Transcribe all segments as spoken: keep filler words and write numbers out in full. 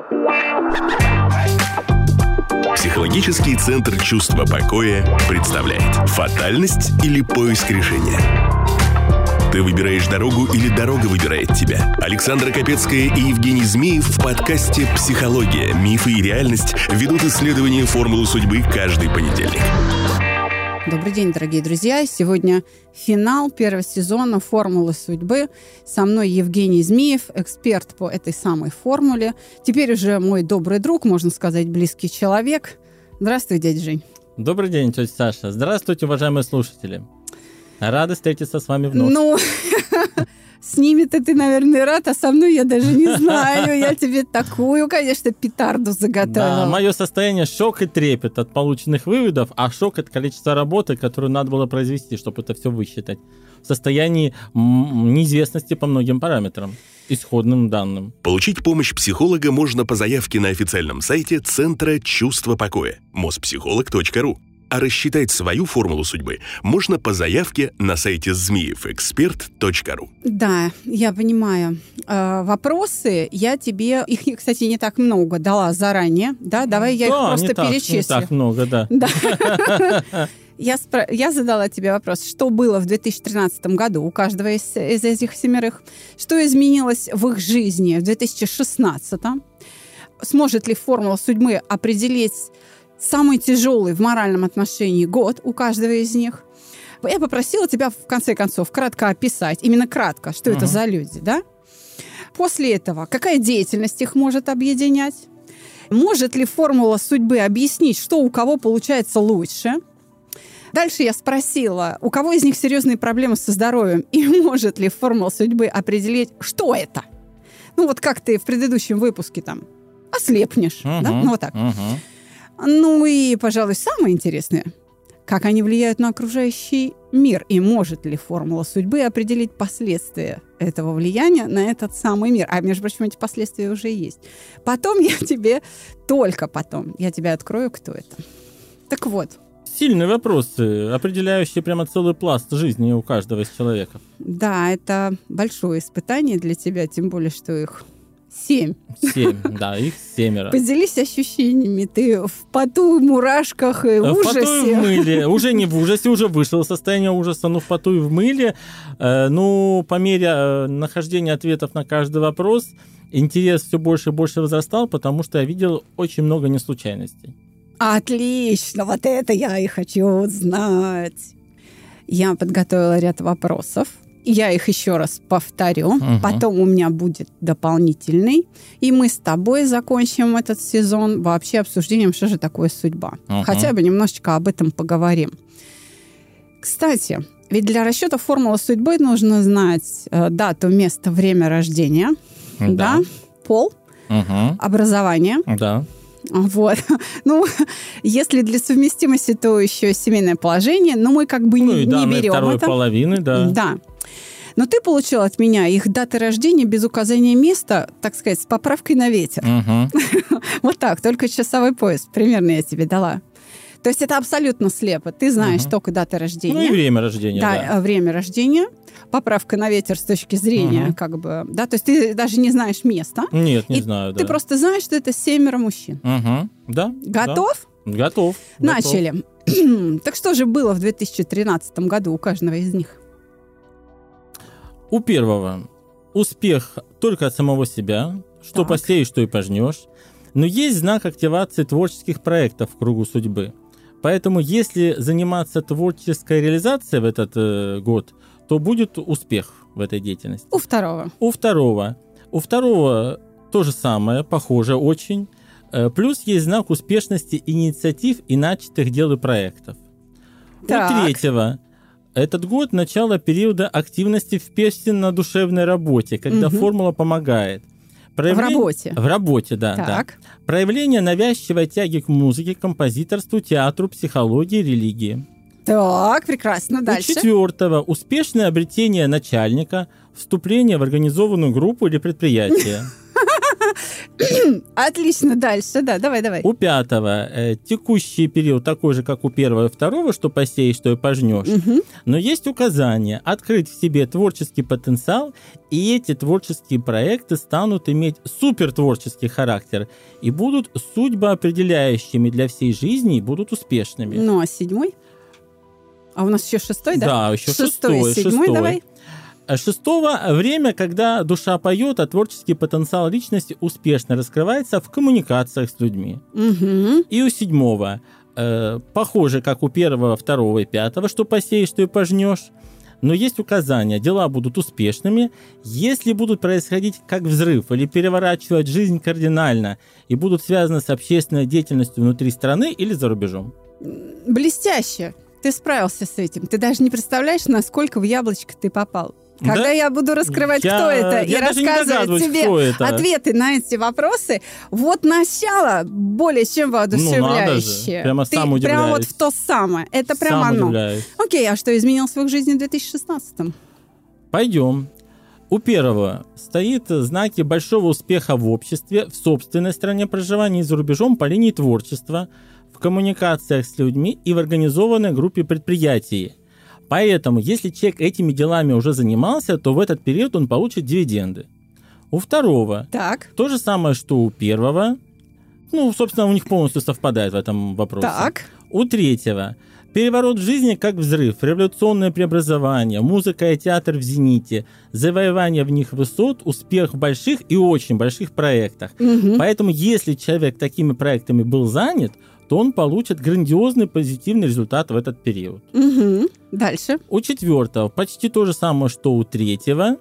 Психологический центр чувства покоя представляет «Фатальность или поиск решения». Ты выбираешь дорогу или дорога выбирает тебя? Александра Капецкая и Евгений Змеев в подкасте «Психология. Мифы и реальность» ведут исследование формулы судьбы каждый понедельник. Добрый день, дорогие друзья. Сегодня финал первого сезона «Формулы судьбы». Со мной Евгений Змеев, эксперт по этой самой формуле. Теперь уже мой добрый друг, можно сказать, близкий человек. Здравствуй, дядя Жень. Добрый день, тетя Саша. Здравствуйте, уважаемые слушатели. Рада встретиться с вами вновь. Ну, с ними-то ты, наверное, рад, а со мной я даже не знаю. Я тебе такую, конечно, петарду заготовила. Да, мое состояние шок и трепет от полученных выводов, а шок от количества работы, которую надо было произвести, чтобы это все высчитать. В состоянии неизвестности по многим параметрам, исходным данным. Получить помощь психолога можно по заявке на официальном сайте Центра чувства покоя моспсихолог точка ру. А рассчитать свою формулу судьбы можно по заявке на сайте змеев эксперт точка ру. Да, я понимаю. Э, вопросы я тебе, их, кстати, не так много дала заранее. Да, давай я да, их просто не так, перечислю. Не так много, да. Да. Я, спро... я задала тебе вопрос, что было в две тысячи тринадцатом году у каждого из, из этих семерых, что изменилось в их жизни в две тысячи шестнадцатом, сможет ли формула судьбы определить самый тяжелый в моральном отношении год у каждого из них. Я попросила тебя, в конце концов, кратко описать, именно кратко, что uh-huh. это за люди, да? После этого, какая деятельность их может объединять? Может ли формула судьбы объяснить, что у кого получается лучше? Дальше я спросила, у кого из них серьезные проблемы со здоровьем, и может ли формула судьбы определить, что это? Ну, вот как ты в предыдущем выпуске там ослепнешь, uh-huh. да? Ну, вот так. Uh-huh. Ну и, пожалуй, самое интересное, как они влияют на окружающий мир, и может ли формула судьбы определить последствия этого влияния на этот самый мир. А, между прочим, эти последствия уже есть. Потом я тебе, только потом, я тебе открою, кто это. Так вот. Сильные вопросы, определяющие прямо целый пласт жизни у каждого из человека. Да, это большое испытание для тебя, тем более, что их... Семь. Семь, да, их семеро. Поделись ощущениями. Ты в поту, в мурашках и в, в ужасе. В поту и в мыле. Уже не в ужасе, уже вышло из состояния ужаса, но в поту и в мыле. Э, ну, по мере э, нахождения ответов на каждый вопрос, интерес все больше и больше возрастал, потому что я видел очень много неслучайностей. Отлично, вот это я и хочу узнать. Я подготовила ряд вопросов. Я их еще раз повторю. Uh-huh. Потом у меня будет дополнительный. И мы с тобой закончим этот сезон вообще обсуждением, что же такое судьба. Uh-huh. Хотя бы немножечко об этом поговорим. Кстати, ведь для расчета формулы судьбы нужно знать э, дату, место, время рождения, uh-huh. да, пол, uh-huh. образование. Да. Вот. Ну, если для совместимости, то еще семейное положение, но мы как бы ну, не, не берем второй это. Половины, да. Да. Но ты получил от меня их даты рождения без указания места, так сказать, с поправкой на ветер. Угу. Вот так, только часовой пояс примерно я тебе дала. То есть это абсолютно слепо. Ты знаешь угу. только даты рождения. Ну и время рождения. Да, да, время рождения. Поправка на ветер с точки зрения, угу. как бы, да, то есть ты даже не знаешь места. Нет, не и знаю, да. Ты просто знаешь, что это семеро мужчин. Угу. Да. Готов? Да. Готов. Начали. Готов. Так что же было в две тысячи тринадцатом году у каждого из них? У первого успех только от самого себя, что так. посеешь, что и пожнешь. Но есть знак активации творческих проектов в кругу судьбы. Поэтому если заниматься творческой реализацией в этот э, год, то будет успех в этой деятельности. У второго. У второго. У второго то же самое, похоже очень. Э, плюс есть знак успешности инициатив и начатых дел и проектов. Так. У третьего. Этот год – начало периода активности в песенно-душевной работе, когда угу. формула помогает. Проявление... В работе? В работе, да, да. Проявление навязчивой тяги к музыке, композиторству, театру, психологии, религии. Так, прекрасно. Дальше. У четвертого – успешное обретение начальника, вступление в организованную группу или предприятие. Отлично, дальше, да, давай, давай. У пятого э, текущий период такой же, как у первого и второго, что посеешь, что и пожнешь. Угу. Но есть указание открыть в себе творческий потенциал, и эти творческие проекты станут иметь супертворческий характер и будут судьбоопределяющими для всей жизни и будут успешными. Ну, а седьмой? А у нас еще шестой, да? Да, еще шестой. шестой. Седьмой, шестой. давай. Шестого – время, когда душа поет, а творческий потенциал личности успешно раскрывается в коммуникациях с людьми. Угу. И у седьмого э, похоже, как у первого, второго и пятого, что посеешь, что и пожнешь. Но есть указания, дела будут успешными, если будут происходить как взрыв или переворачивать жизнь кардинально и будут связаны с общественной деятельностью внутри страны или за рубежом. Блестяще. Ты справился с этим. Ты даже не представляешь, насколько в яблочко ты попал. Когда да? я буду раскрывать, я, кто это, и рассказывать тебе ответы на эти вопросы, вот начало более чем воодушевляющее. Ну, прямо Ты сам удивляюсь. Прямо вот в то самое. Это прямо сам оно. Удивляюсь. Окей, а что изменилось в их жизни в две тысячи шестнадцатом? Пойдем. У первого стоит знаки большого успеха в обществе, в собственной стране проживания и за рубежом по линии творчества, в коммуникациях с людьми и в организованной группе предприятий. Поэтому, если человек этими делами уже занимался, то в этот период он получит дивиденды. У второго так. то же самое, что у первого. Ну, собственно, у них полностью совпадает в этом вопросе. Так. У третьего переворот в жизни как взрыв, революционное преобразование, музыка и театр в зените, завоевание в них высот, успех в больших и очень больших проектах. Угу. Поэтому, если человек такими проектами был занят, то он получит грандиозный позитивный результат в этот период. Угу. Дальше. У четвертого почти то же самое, что у третьего.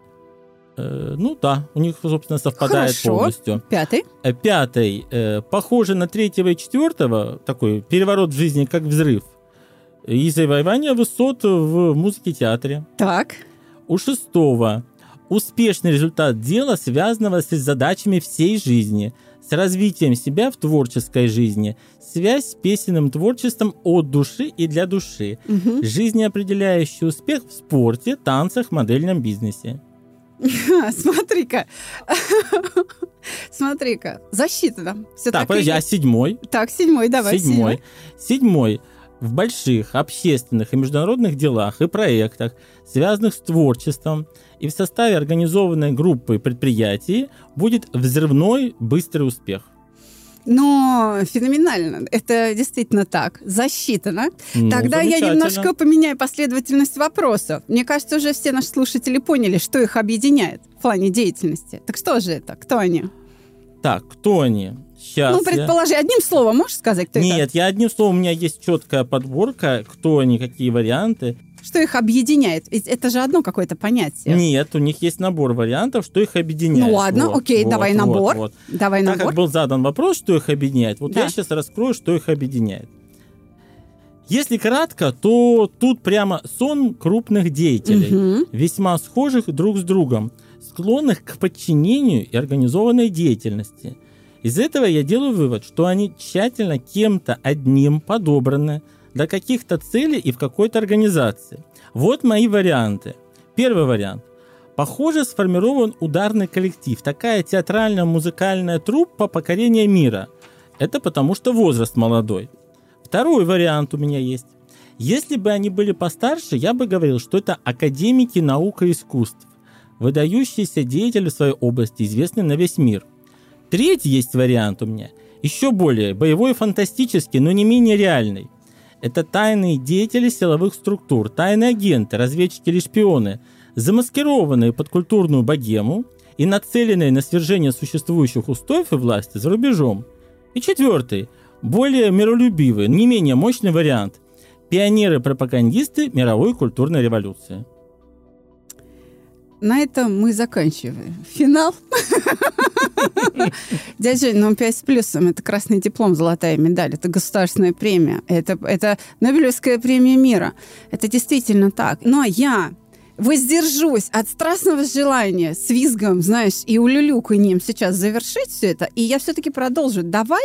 Э, ну да, у них, собственно, совпадает Хорошо. полностью. Пятый. Э, пятый. Э, похоже на третьего и четвертого, такой переворот в жизни как взрыв. И завоевание высот в музыке и театре. Так. У шестого успешный результат дела, связанного с задачами всей жизни, с развитием себя в творческой жизни, связь с песенным творчеством от души и для души, угу. жизнеопределяющий успех в спорте, танцах, модельном бизнесе. Смотри-ка. Смотри-ка. Засчитано. Все так, подожди, а седьмой? Так, седьмой, давай. Седьмой. Седьмой. В больших общественных и международных делах и проектах, связанных с творчеством, и в составе организованной группы предприятий будет взрывной быстрый успех. Но феноменально. Это действительно так. Засчитано. Ну, Тогда я немножко поменяю последовательность вопросов. Мне кажется, уже все наши слушатели поняли, что их объединяет в плане деятельности. Так что же это? Кто они? Так, кто они? Сейчас ну, предположи, я... одним словом можешь сказать, кто Нет, это? Нет, я одним словом, у меня есть четкая подборка, кто они, какие варианты. Что их объединяет? Ведь это же одно какое-то понятие. Нет, у них есть набор вариантов, что их объединяет. Ну ладно, вот, окей, вот, давай вот, набор. Вот. Давай так набор. как был задан вопрос, что их объединяет, вот да. я сейчас раскрою, что их объединяет. Если кратко, то тут прямо сон крупных деятелей, угу. весьма схожих друг с другом, склонных к подчинению и организованной деятельности. Из этого я делаю вывод, что они тщательно кем-то одним подобраны для каких-то целей и в какой-то организации. Вот мои варианты. Первый вариант. Похоже, сформирован ударный коллектив, такая театральная музыкальная труппа покорения мира. Это потому, что возраст молодой. Второй вариант у меня есть. Если бы они были постарше, я бы говорил, что это академики наук и искусств, выдающиеся деятели в своей области, известные на весь мир. Третий есть вариант у меня, еще более боевой и фантастический, но не менее реальный. Это тайные деятели силовых структур, тайные агенты, разведчики или шпионы, замаскированные под культурную богему и нацеленные на свержение существующих устоев и власти за рубежом. И четвертый, более миролюбивый, не менее мощный вариант – пионеры-пропагандисты мировой культурной революции. На этом мы заканчиваем. Финал. Дядя Жень, ну пять с плюсом. Это красный диплом, золотая медаль. Это государственная премия. Это, это Нобелевская премия мира. Это действительно так. Но я воздержусь от страстного желания с визгом, знаешь, и улюлюканьем сейчас завершить все это, и я все-таки продолжу. Давай,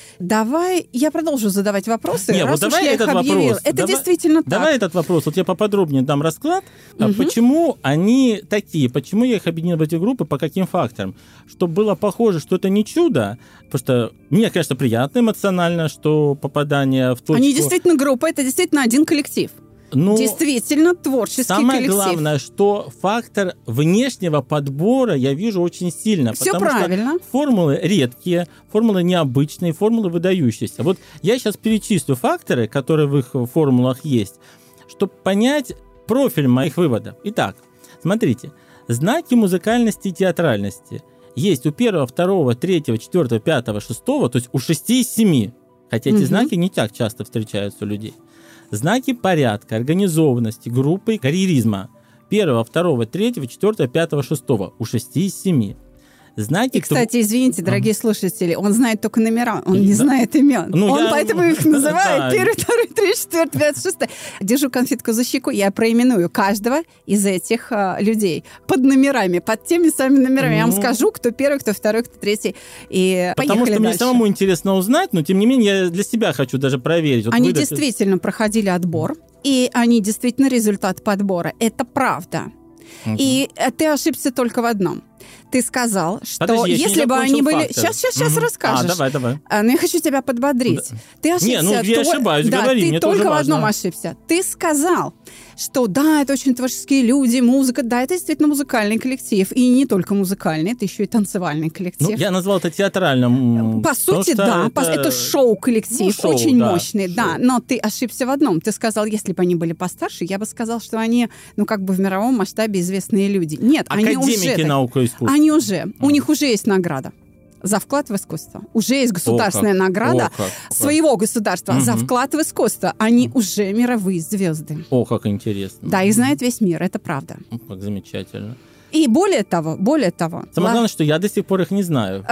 давай, я продолжу задавать вопросы, Не, раз вот уж давай я этот их объявила. вопрос. Это давай, действительно так. Давай этот вопрос. Вот я поподробнее дам расклад. Угу. Почему они такие? Почему я их объединил в эти группы? По каким факторам? Чтобы было похоже, что это не чудо, потому что мне, конечно, приятно эмоционально, что попадание в точку... Они действительно группа, это действительно один коллектив. Ну, действительно творческий самое коллектив. Самое главное, что фактор внешнего подбора я вижу очень сильно. Все потому правильно. Что формулы редкие, формулы необычные, формулы выдающиеся. Вот я сейчас перечислю факторы, которые в их формулах есть, чтобы понять профиль моих выводов. Итак, смотрите. Знаки музыкальности и театральности есть у первого, второго, третьего, четвертого, пятого, шестого, то есть у шести из семи. Хотя эти угу. знаки не так часто встречаются у людей. Знаки порядка, организованности, группы, карьеризма. Первого, второго, третьего, четвертого, пятого, шестого. У шести из семи. Знаки... И, кстати, извините, дорогие слушатели, он знает только номера, он не да. знает имен. Ну, он я... поэтому их называет первый, второй, третий, четвертый, пятый, шестой. Держу конфетку за щеку, я проименую каждого из этих а, людей под номерами, под теми самыми номерами. Ну... Я вам скажу, кто первый, кто второй, кто третий. И Потому что дальше. Мне самому интересно узнать, но тем не менее я для себя хочу даже проверить. Вот они выдать... действительно проходили отбор, и они действительно результат подбора. Это правда. Угу. И ты ошибся только в одном. Ты сказал, что Подожди, если бы они были... фактор. Сейчас, сейчас, сейчас угу. расскажешь. А, давай, давай. А, но я хочу тебя подбодрить. Да. Ты ошибся. Не, ну я то... ошибаюсь, да, говори, ты мне только тоже в важно. одном ошибся. Ты сказал, что да, это очень творческие люди, музыка. Да, это действительно музыкальный коллектив. И не только музыкальный, это еще и танцевальный коллектив. Ну, я назвал это театральным. По сути, да. Это, это шоу-коллектив, ну, шоу, очень да, мощный. Шоу. Да, но ты ошибся в одном. Ты сказал, если бы они были постарше, я бы сказал, что они, ну, как бы в мировом масштабе известные люди. Нет, Академики они уже... Академики наук и искусств. Они уже... У них уже есть награда за вклад в искусство. Уже есть государственная О, как. награда О, как. своего государства угу. за вклад в искусство. Они угу. уже мировые звезды. О, как интересно. Да, их знает весь мир, это правда. О, как замечательно. И более того, более того... Самое главное, что я до сих пор их не знаю.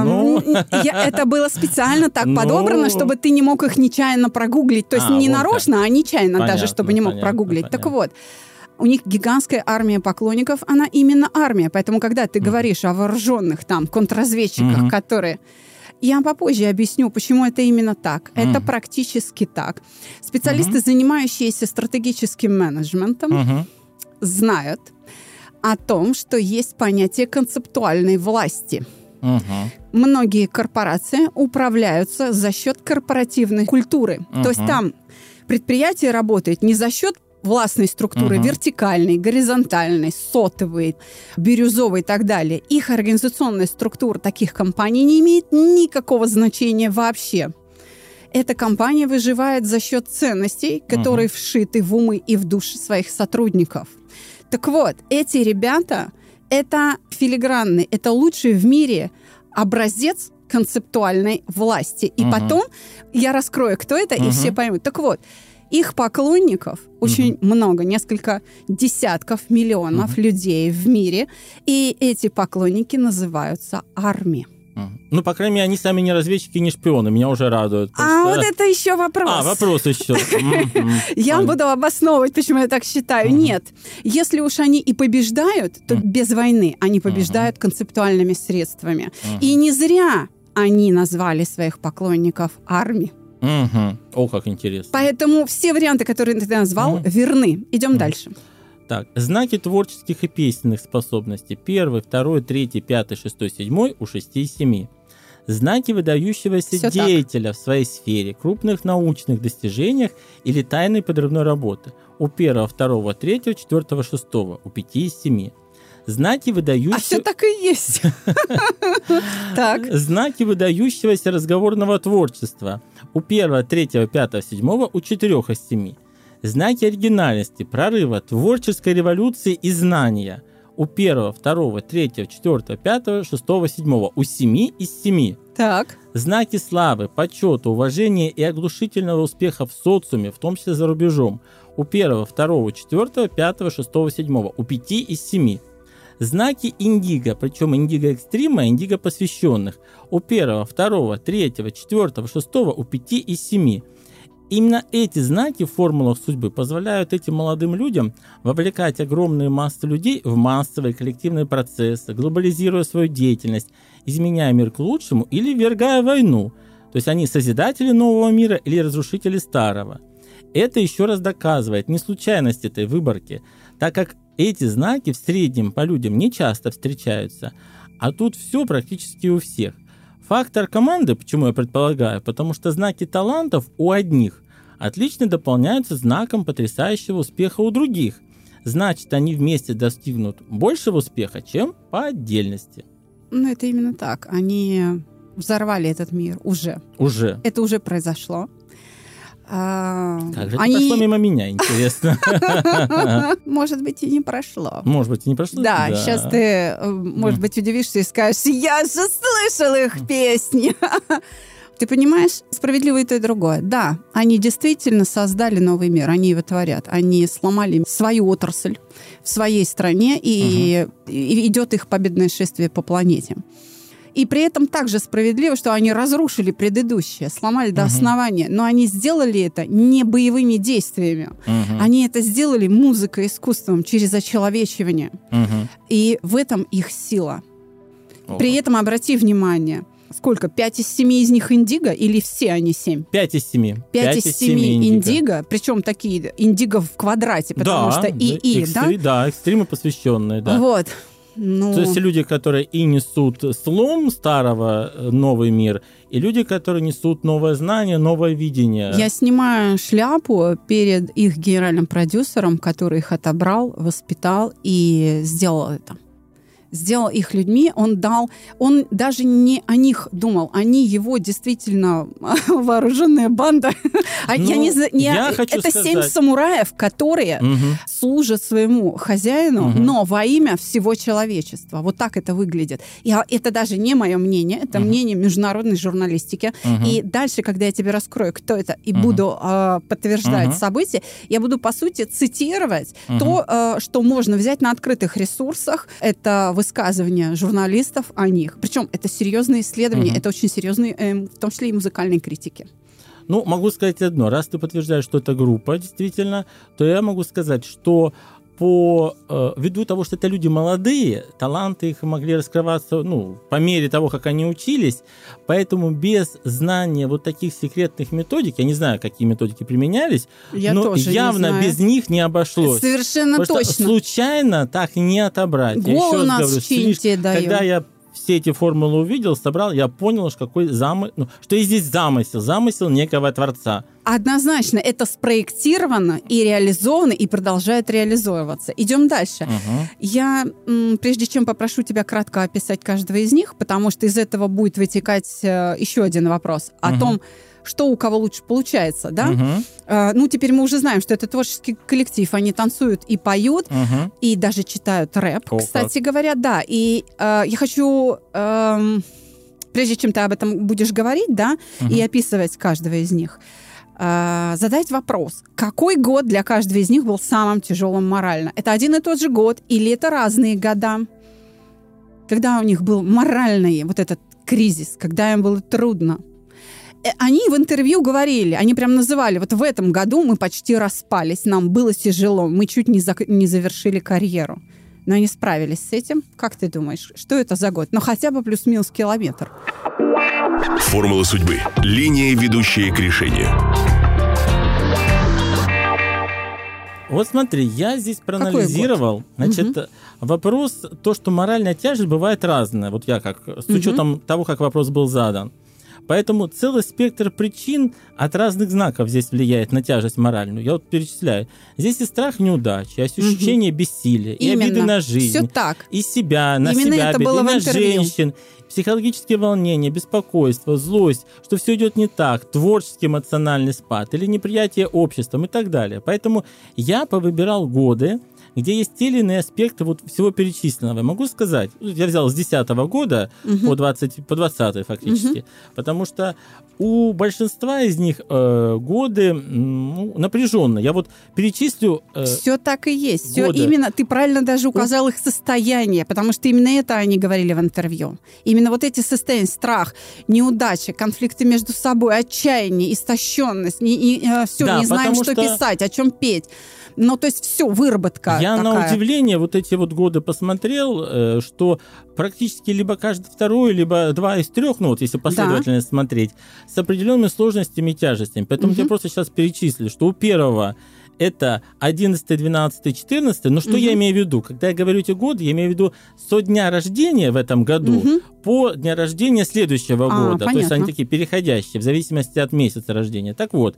Это было специально так подобрано, чтобы ты не мог их нечаянно прогуглить. То есть не нарочно, а нечаянно даже, чтобы не мог прогуглить. Так вот, у них гигантская армия поклонников, она именно армия. Поэтому, когда ты mm. говоришь о вооруженных там контрразведчиках, mm-hmm. которые... Я попозже объясню, почему это именно так. Mm. Это практически так. Специалисты, mm-hmm. занимающиеся стратегическим менеджментом, mm-hmm. знают о том, что есть понятие концептуальной власти. Mm-hmm. Многие корпорации управляются за счет корпоративной культуры. Mm-hmm. То есть там предприятие работает не за счет властной структуры, uh-huh. вертикальной, горизонтальной, сотовой, бирюзовой и так далее. Их организационная структура таких компаний не имеет никакого значения вообще. Эта компания выживает за счет ценностей, которые uh-huh. вшиты в умы и в души своих сотрудников. Так вот, эти ребята, это филигранный, это лучший в мире образец концептуальной власти. И uh-huh. потом я раскрою, кто это, uh-huh. и все поймут. Так вот, их поклонников очень uh-huh. много, несколько десятков миллионов uh-huh. людей в мире, и эти поклонники называются армией. Uh-huh. Ну, по крайней мере, они сами не разведчики, не шпионы, меня уже радует. А вот это еще вопрос. А, вопрос еще. Я буду обосновывать, почему я так считаю. Нет, если уж они и побеждают, то без войны они побеждают концептуальными средствами. И не зря они назвали своих поклонников армией. Угу. О, как интересно. Поэтому все варианты, которые ты назвал, угу. верны. Идем угу. дальше. Так, знаки творческих и песенных способностей. Первый, второй, третий, пятый, шестой, седьмой у шести и семи. Знаки выдающегося Все деятеля так. в своей сфере, крупных научных достижениях или тайной подрывной работы. У первого, второго, третьего, четвертого, шестого, у пяти из семи. Знаки выдающегося... А все так и есть. Так. Знаки выдающегося разговорного творчества. У первого, третьего, пятого, седьмого, у четырех из семи. Знаки оригинальности, прорыва, творческой революции и знания. У первого, второго, третьего, четвертого, пятого, шестого, седьмого. У семи из семи. Так. Знаки славы, почета, уважения и оглушительного успеха в социуме, в том числе за рубежом. У первого, второго, четвертого, пятого, шестого, седьмого. У пяти из семи. Знаки индиго, причем индиго экстрима, индиго посвященных. У первого, второго, третьего, четвертого, шестого, у пяти из семи. Именно эти знаки в формулах судьбы позволяют этим молодым людям вовлекать огромные массы людей в массовые коллективные процессы, глобализируя свою деятельность, изменяя мир к лучшему или ввергая войну. То есть они созидатели нового мира или разрушители старого. Это еще раз доказывает неслучайность этой выборки, так как эти знаки в среднем по людям не часто встречаются, а тут все практически у всех. Фактор команды, почему я предполагаю, потому что знаки талантов у одних отлично дополняются знаком потрясающего успеха у других. Значит, они вместе достигнут большего успеха, чем по отдельности. Ну, это именно так. Они взорвали этот мир уже. Уже. Это уже произошло. А, как же они... это прошло мимо меня, интересно. Может быть, и не прошло. Может быть, и не прошло? Да, да. Сейчас ты, может быть, удивишься и скажешь, я же слышал их песни. Ты понимаешь, справедливо и то, и другое. Да, они действительно создали новый мир, они его творят. Они сломали свою отрасль в своей стране, и, угу. и идет их победное шествие по планете. И при этом также справедливо, что они разрушили предыдущее, сломали до uh-huh. основания. Но они сделали это не боевыми действиями. Uh-huh. Они это сделали музыкой, искусством, через очеловечивание. Uh-huh. И в этом их сила. Uh-huh. При этом обрати внимание, сколько? Пять из семи из них индиго или все они семь? Пять из семи. Пять из семи индиго. индиго. Причем такие индиго в квадрате, потому да, что и, и, экстри- да? Да, экстримы посвященные, да. Вот. Ну... То есть люди, которые и несут слом старого, новый мир, и люди, которые несут новое знание, новое видение. Я снимаю шляпу перед их генеральным продюсером, который их отобрал, воспитал и сделал это. Сделал их людьми, он дал, он даже не о них думал, они его действительно вооруженная банда. Ну, я не, не, я хочу это сказать... семь самураев, которые угу. служат своему хозяину, угу. но во имя всего человечества. Вот так это выглядит. И это даже не мое мнение, это угу. мнение международной журналистики. Угу. И дальше, когда я тебе раскрою, кто это, и угу. буду э, подтверждать угу. события, я буду, по сути, цитировать угу. то, э, что можно взять на открытых ресурсах. Это высказывания журналистов о них. Причем это серьезные исследования, угу. это очень серьезные, э, в том числе и музыкальные критики. Ну, могу сказать одно. Раз ты подтверждаешь, что это группа, действительно, то я могу сказать, что по, э, ввиду того, что это люди молодые, таланты их могли раскрываться, ну, по мере того, как они учились, поэтому без знания вот таких секретных методик, я не знаю, какие методики применялись, я но явно без них не обошлось. Совершенно Потому точно. Что случайно так не отобрать. Гол у нас в чинте дает. Когда я все эти формулы увидел, собрал, я понял, что какой замысел, ну, что и здесь замысел, замысел некого Творца. Однозначно, это спроектировано и реализовано, и продолжает реализовываться. Идем дальше. Uh-huh. Я, прежде чем попрошу тебя кратко описать каждого из них, потому что из этого будет вытекать еще один вопрос о uh-huh. том, что у кого лучше получается, да? Uh-huh. Uh, ну, теперь мы уже знаем, что это творческий коллектив. Они танцуют и поют, uh-huh. и даже читают рэп, oh, кстати God. говоря, да. И uh, я хочу, uh, прежде чем ты об этом будешь говорить, да, uh-huh. и описывать каждого из них, uh, задать вопрос. Какой год для каждого из них был самым тяжелым морально? Это один и тот же год или это разные года? Когда у них был моральный вот этот кризис, когда им было трудно? Они в интервью говорили, они прям называли, вот в этом году мы почти распались, нам было тяжело, мы чуть не, за, не завершили карьеру. Но они справились с этим. Как ты думаешь, что это за год? Ну, хотя бы плюс-минус километр. Формула судьбы. Линия, ведущая к решению. Вот смотри, я здесь проанализировал, значит, угу. вопрос, то, что моральная тяжесть бывает разная. Вот я как, с учетом угу. того, как вопрос был задан. Поэтому целый спектр причин от разных знаков здесь влияет на тяжесть моральную. Я вот перечисляю. Здесь и страх неудачи, и ощущение угу. бессилия, и Именно. обиды на жизнь, Все так. и себя, на Именно себя, это обиды было на в интервью. женщин, психологические волнения, беспокойство, злость, что все идет не так, творческий эмоциональный спад или неприятие обществом и так далее. Поэтому я повыбирал годы, где есть те или иные аспекты вот всего перечисленного. Могу сказать, я взял с десятого года угу. по, двадцать, по двадцатый фактически, угу. потому что у большинства из них э, годы ну, напряженные. Я вот перечислю... Э, все так и есть. Все именно, ты правильно даже указал их состояние, потому что именно это они говорили в интервью. Именно вот эти состояния, страх, неудача, конфликты между собой, отчаяние, истощенность, не, не, э, все, да, не знаем, что, что писать, о чем петь. Ну, то есть все, выработка Я такая. На удивление вот эти вот годы посмотрел, что практически либо каждый второй, либо два из трех, ну вот если последовательно да. смотреть, с определенными сложностями и тяжестями. Поэтому угу. я просто сейчас перечислю, что у первого это одиннадцатый, двенадцатый, четырнадцатый. Но что угу. я имею в виду? Когда я говорю эти годы, я имею в виду со дня рождения в этом году угу. по дня рождения следующего а, года. Понятно. То есть они такие переходящие в зависимости от месяца рождения. Так вот,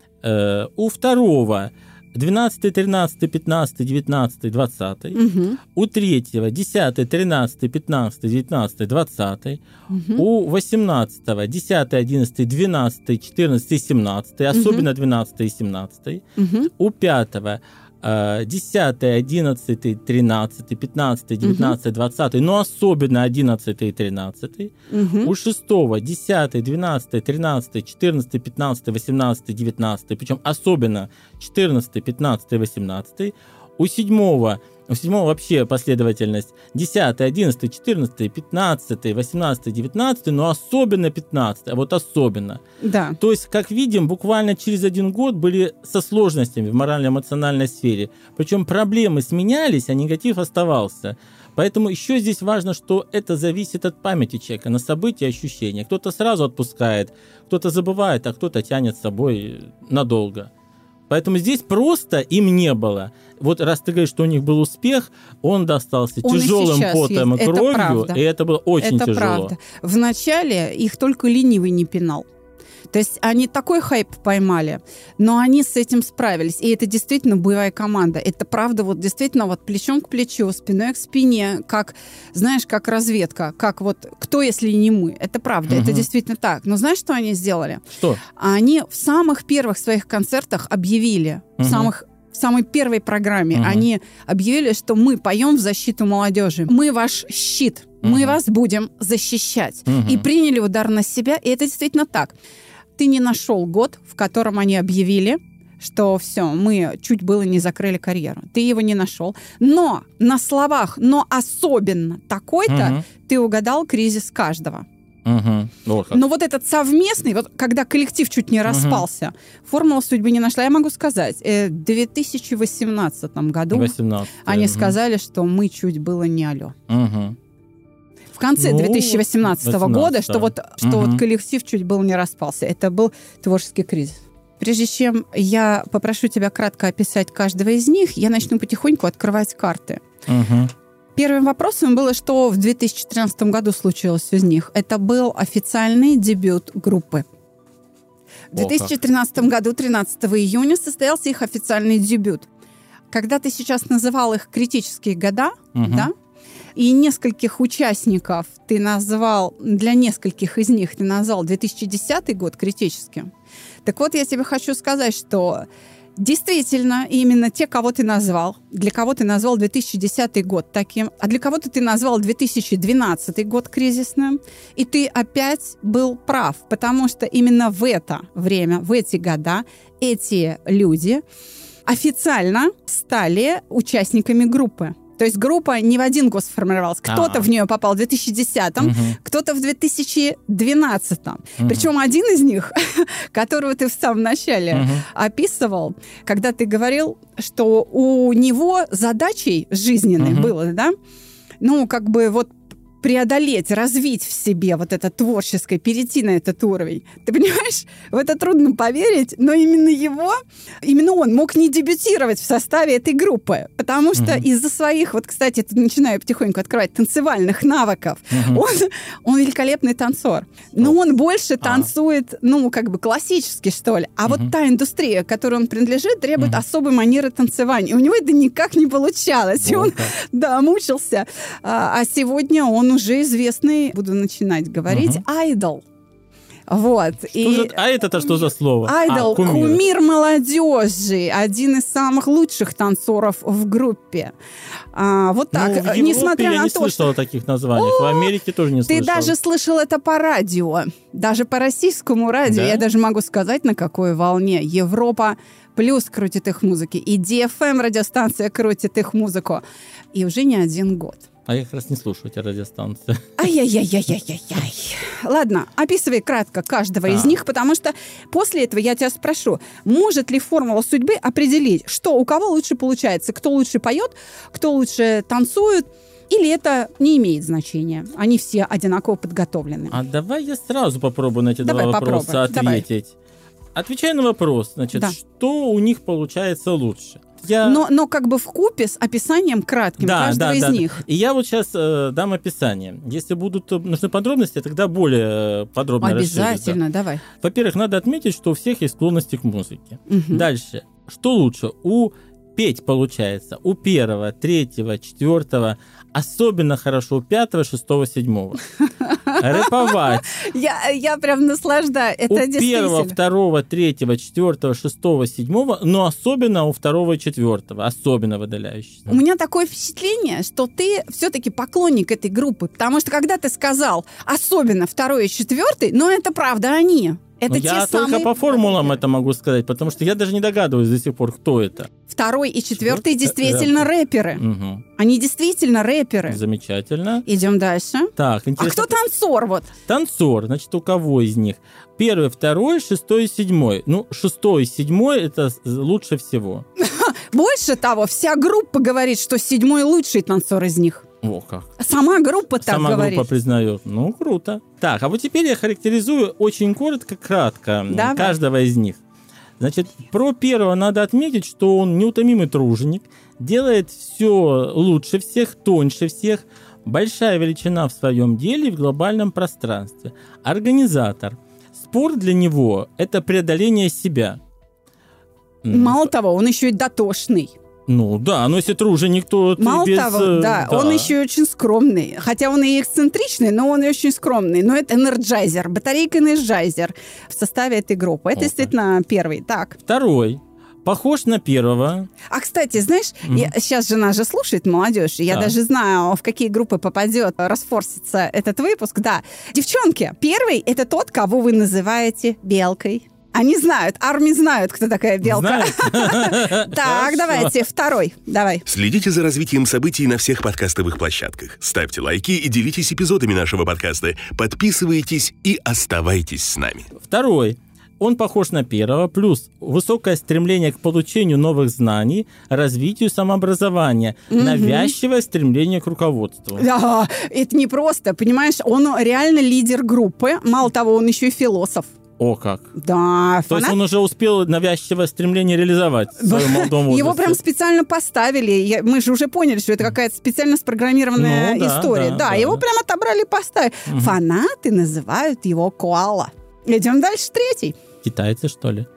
э, у второго двенадцатый, тринадцатый, пятнадцатый, девятнадцатый, двадцатый. Угу. У третьего десятый, тринадцатый, пятнадцатый, девятнадцатый, двадцатый. Угу. У восемнадцатого десятый, одиннадцатый, двенадцатый, четырнадцатый, семнадцатый. Особенно угу. двенадцатый и семнадцатый. Угу. У пятого десятый, одиннадцатый, тринадцатый, пятнадцатый, девятнадцатый, двадцатый, но особенно одиннадцатый и тринадцатый. Угу. У шестого десятый, двенадцатый, тринадцатый, четырнадцатый, пятнадцатый, восемнадцатый, девятнадцатый, причем особенно четырнадцатый, пятнадцатый, восемнадцатый. У седьмого, у седьмого вообще последовательность десятый, одиннадцатый, четырнадцатый, пятнадцатый, восемнадцатый, девятнадцатый, но особенно пятнадцатый, а вот особенно. Да. То есть, как видим, буквально через один год были со сложностями в морально-эмоциональной сфере. Причем проблемы сменялись, а негатив оставался. Поэтому еще здесь важно, что это зависит от памяти человека на события и ощущения. Кто-то сразу отпускает, кто-то забывает, а кто-то тянет с собой надолго. Поэтому здесь просто им не было. Вот раз ты говоришь, что у них был успех, он достался он тяжелым потом есть. И кровью, это и это было очень это тяжело. Правда. Вначале их только ленивый не пинал. То есть они такой хайп поймали, но они с этим справились. И это действительно боевая команда. Это правда вот действительно вот плечом к плечу, спиной к спине, как, знаешь, как разведка, как вот кто, если не мы. Это правда, угу. это действительно так. Но знаешь, что они сделали? Что? Они в самых первых своих концертах объявили, угу. в самых в самой первой программе угу. они объявили, что мы поем в защиту молодежи. Мы ваш щит, угу. мы вас будем защищать. Угу. И приняли удар на себя, и это действительно так. Ты не нашел год, в котором они объявили, что все, мы чуть было не закрыли карьеру. Ты его не нашел. Но на словах, но особенно такой-то, угу. ты угадал кризис каждого. Угу. Вот Но вот этот совместный, вот когда коллектив чуть не распался, угу. формула судьбы не нашла. Я могу сказать, в две тысячи восемнадцатом году восемнадцатый они угу. сказали, что мы чуть было не алё. Угу. В конце ну, две тысячи восемнадцатого года, что, вот, что угу. вот коллектив чуть было не распался. Это был творческий кризис. Прежде чем я попрошу тебя кратко описать каждого из них, я начну потихоньку открывать карты. Угу. Первым вопросом было, что в две тысячи тринадцатом году случилось из них. Это был официальный дебют группы. В две тысячи тринадцатом году, тринадцатого июня, состоялся их официальный дебют. Когда ты сейчас называл их критические года, угу. да, и нескольких участников ты назвал, для нескольких из них ты назвал две тысячи десятый год критическим. Так вот, я тебе хочу сказать, что действительно именно те, кого ты назвал, для кого ты назвал две тысячи десятый год таким, а для кого-то ты назвал две тысячи двенадцатый год кризисным, и ты опять был прав, потому что именно в это время, в эти года эти люди официально стали участниками группы. То есть группа не в один год сформировалась. Кто-то А-а-а. в нее попал в две тысячи десятом, угу. кто-то в две тысячи двенадцатом. Угу. Причем один из них, которого ты в самом начале угу. описывал, когда ты говорил, что у него задачей жизненной угу. было, да, ну, как бы вот преодолеть, развить в себе вот это творческое, перейти на этот уровень. Ты понимаешь, в это трудно поверить, но именно его, именно он мог не дебютировать в составе этой группы, потому что uh-huh. из-за своих, вот, кстати, тут начинаю потихоньку открывать, танцевальных навыков, uh-huh. он, он великолепный танцор, но он больше танцует, ну, как бы классически, что ли, а uh-huh. вот та индустрия, к которой он принадлежит, требует uh-huh. особой манеры танцевания. У него это никак не получалось, и он, да, мучился. А, а сегодня он уже известный, буду начинать говорить, uh-huh. айдол. Вот. И... За... А это-то что за слово? Айдол, а, кумир. кумир молодежи, один из самых лучших танцоров в группе. А, вот так. Ну, в Европе Несмотря я на не то, слышала что... таких названий. В Америке тоже не слышала. Ты даже слышал это по радио. Даже по российскому радио. Да? Я даже могу сказать, на какой волне. Европа плюс крутит их музыки. И ди эф эм радиостанция крутит их музыку. И уже не один год. А я как раз не слушаю эти радиостанции. Ай-яй-яй-яй-яй-яй. Ладно, описывай кратко каждого да. из них, потому что после этого я тебя спрошу, может ли формула судьбы определить, что у кого лучше получается, кто лучше поет, кто лучше танцует, или это не имеет значения? Они все одинаково подготовлены. А давай я сразу попробую на эти давай два вопроса попробуй. ответить. Давай. Отвечай на вопрос, значит, да. что у них получается лучше? Я... Но, но как бы вкупе с описанием кратким да, каждого да, из да. них. И я вот сейчас э, дам описание. Если будут нужны подробности, тогда более подробно расширю. Обязательно, да. давай. Во-первых, надо отметить, что у всех есть склонности к музыке. Угу. Дальше. Что лучше? У петь получается у первого, третьего, четвертого, особенно хорошо у пятого, шестого, седьмого. Рэповать. Я, я прям наслаждаюсь. Это у действительно. первого, второго, третьего, четвертого, шестого, седьмого, но особенно у второго и четвертого. Особенно выдаляющийся. У меня такое впечатление, что ты все-таки поклонник этой группы, потому что когда ты сказал особенно второй и четвертый, но это правда они. Это те я самые... только по формулам это могу сказать, потому что я даже не догадываюсь до сих пор, кто это. Второй и четвертый Четвертый действительно рэперы. Угу. Они действительно рэперы. Замечательно. Идем дальше. Так, интересно. А кто танцор? Вот? Танцор, значит, у кого из них? Первый, второй, шестой и седьмой. Ну, шестой и седьмой это лучше всего. Больше того, вся группа говорит, что седьмой лучший танцор из них. О, как. Сама группа так Сама говорит. группа признает. Ну, круто. Так, а вот теперь я характеризую очень коротко, кратко Давай. каждого из них. Значит, про первого надо отметить, что он неутомимый труженик, делает все лучше всех, тоньше всех, большая величина в своем деле и в глобальном пространстве. Организатор. Спорт для него – это преодоление себя. Мало того, он еще и дотошный. Ну да, но если труженик, то ты Мало без... того, да, да, он еще и очень скромный. Хотя он и эксцентричный, но он и очень скромный. Но это энерджайзер, батарейка-энерджайзер в составе этой группы. Это О, действительно первый. Так. Второй. Похож на первого. А, кстати, знаешь, mm-hmm. я, сейчас жена же слушает молодежь, и я да. даже знаю, в какие группы попадет, расфорсится этот выпуск. Да, девчонки, первый — это тот, кого вы называете белкой. Они знают, армии знают, кто такая белка. Так, давайте, второй, давай. Следите за развитием событий на всех подкастовых площадках. Ставьте лайки и делитесь эпизодами нашего подкаста. Подписывайтесь и оставайтесь с нами. Второй. Он похож на первого, плюс высокое стремление к получению новых знаний, развитию самообразования, mm-hmm. навязчивое стремление к руководству. Да, это не просто, понимаешь, он реально лидер группы. Мало того, он еще и философ. О, как. Да, То фанат... есть он уже успел навязчивое стремление реализовать в своем молодом возрасте. Его прям специально поставили. Я, мы же уже поняли, что это какая-то специально спрограммированная ну, да, история. Да, да, да, его да. прям отобрали и поставили. Угу. Фанаты называют его коала. Идем дальше, третий. Китайцы, что ли?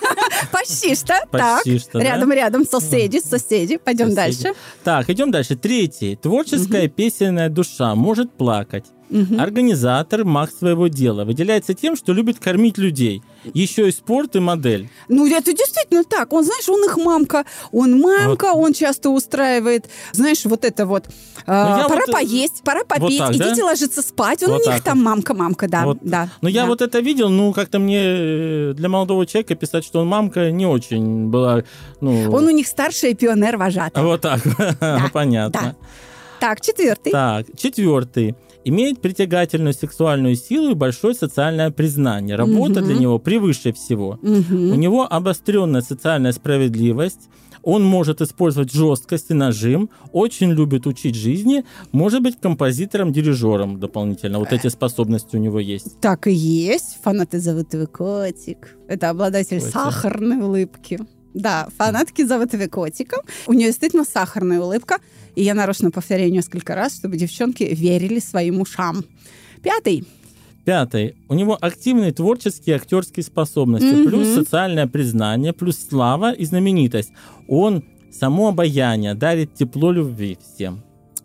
Почти что. Почти так, что, рядом, да? рядом, соседи, соседи. Пойдем Соседи. дальше. Так, идем дальше. Третий. Творческая Угу. песенная душа может плакать. Угу. Организатор, маг своего дела. Выделяется тем, что любит кормить людей. Еще и спорт, и модель. Ну, это действительно так. Он, знаешь, он их мамка. Он мамка, вот. Он часто устраивает, знаешь, вот это вот. Э, пора вот, поесть, пора попить, вот так, идите да? ложиться спать. Он вот у них там мамка, мамка, да. Вот. да Но да. я вот это видел, ну, как-то мне для молодого человека писать, что он мамка, не очень была... Ну... Он у них старший пионер-вожатый. Вот так, да. понятно. Да. Так, четвертый. Так, четвертый. Имеет притягательную сексуальную силу и большое социальное признание. Работа угу. для него превыше всего. Угу. У него обостренная социальная справедливость. Он может использовать жесткость и нажим. Очень любит учить жизни. Может быть композитором-дирижером дополнительно. Вот эти способности у него есть. Так и есть. Фанаты зовут его Котик. Это обладатель Котик. Сахарной улыбки. Да, фанатки зовут его Котиком. У нее действительно сахарная улыбка. И я нарочно повторяю несколько раз, чтобы девчонки верили своим ушам. Пятый. Пятый. У него активные творческие актерские способности, mm-hmm. плюс социальное признание, плюс слава и знаменитость. Он само обаяние, дарит тепло любви всем.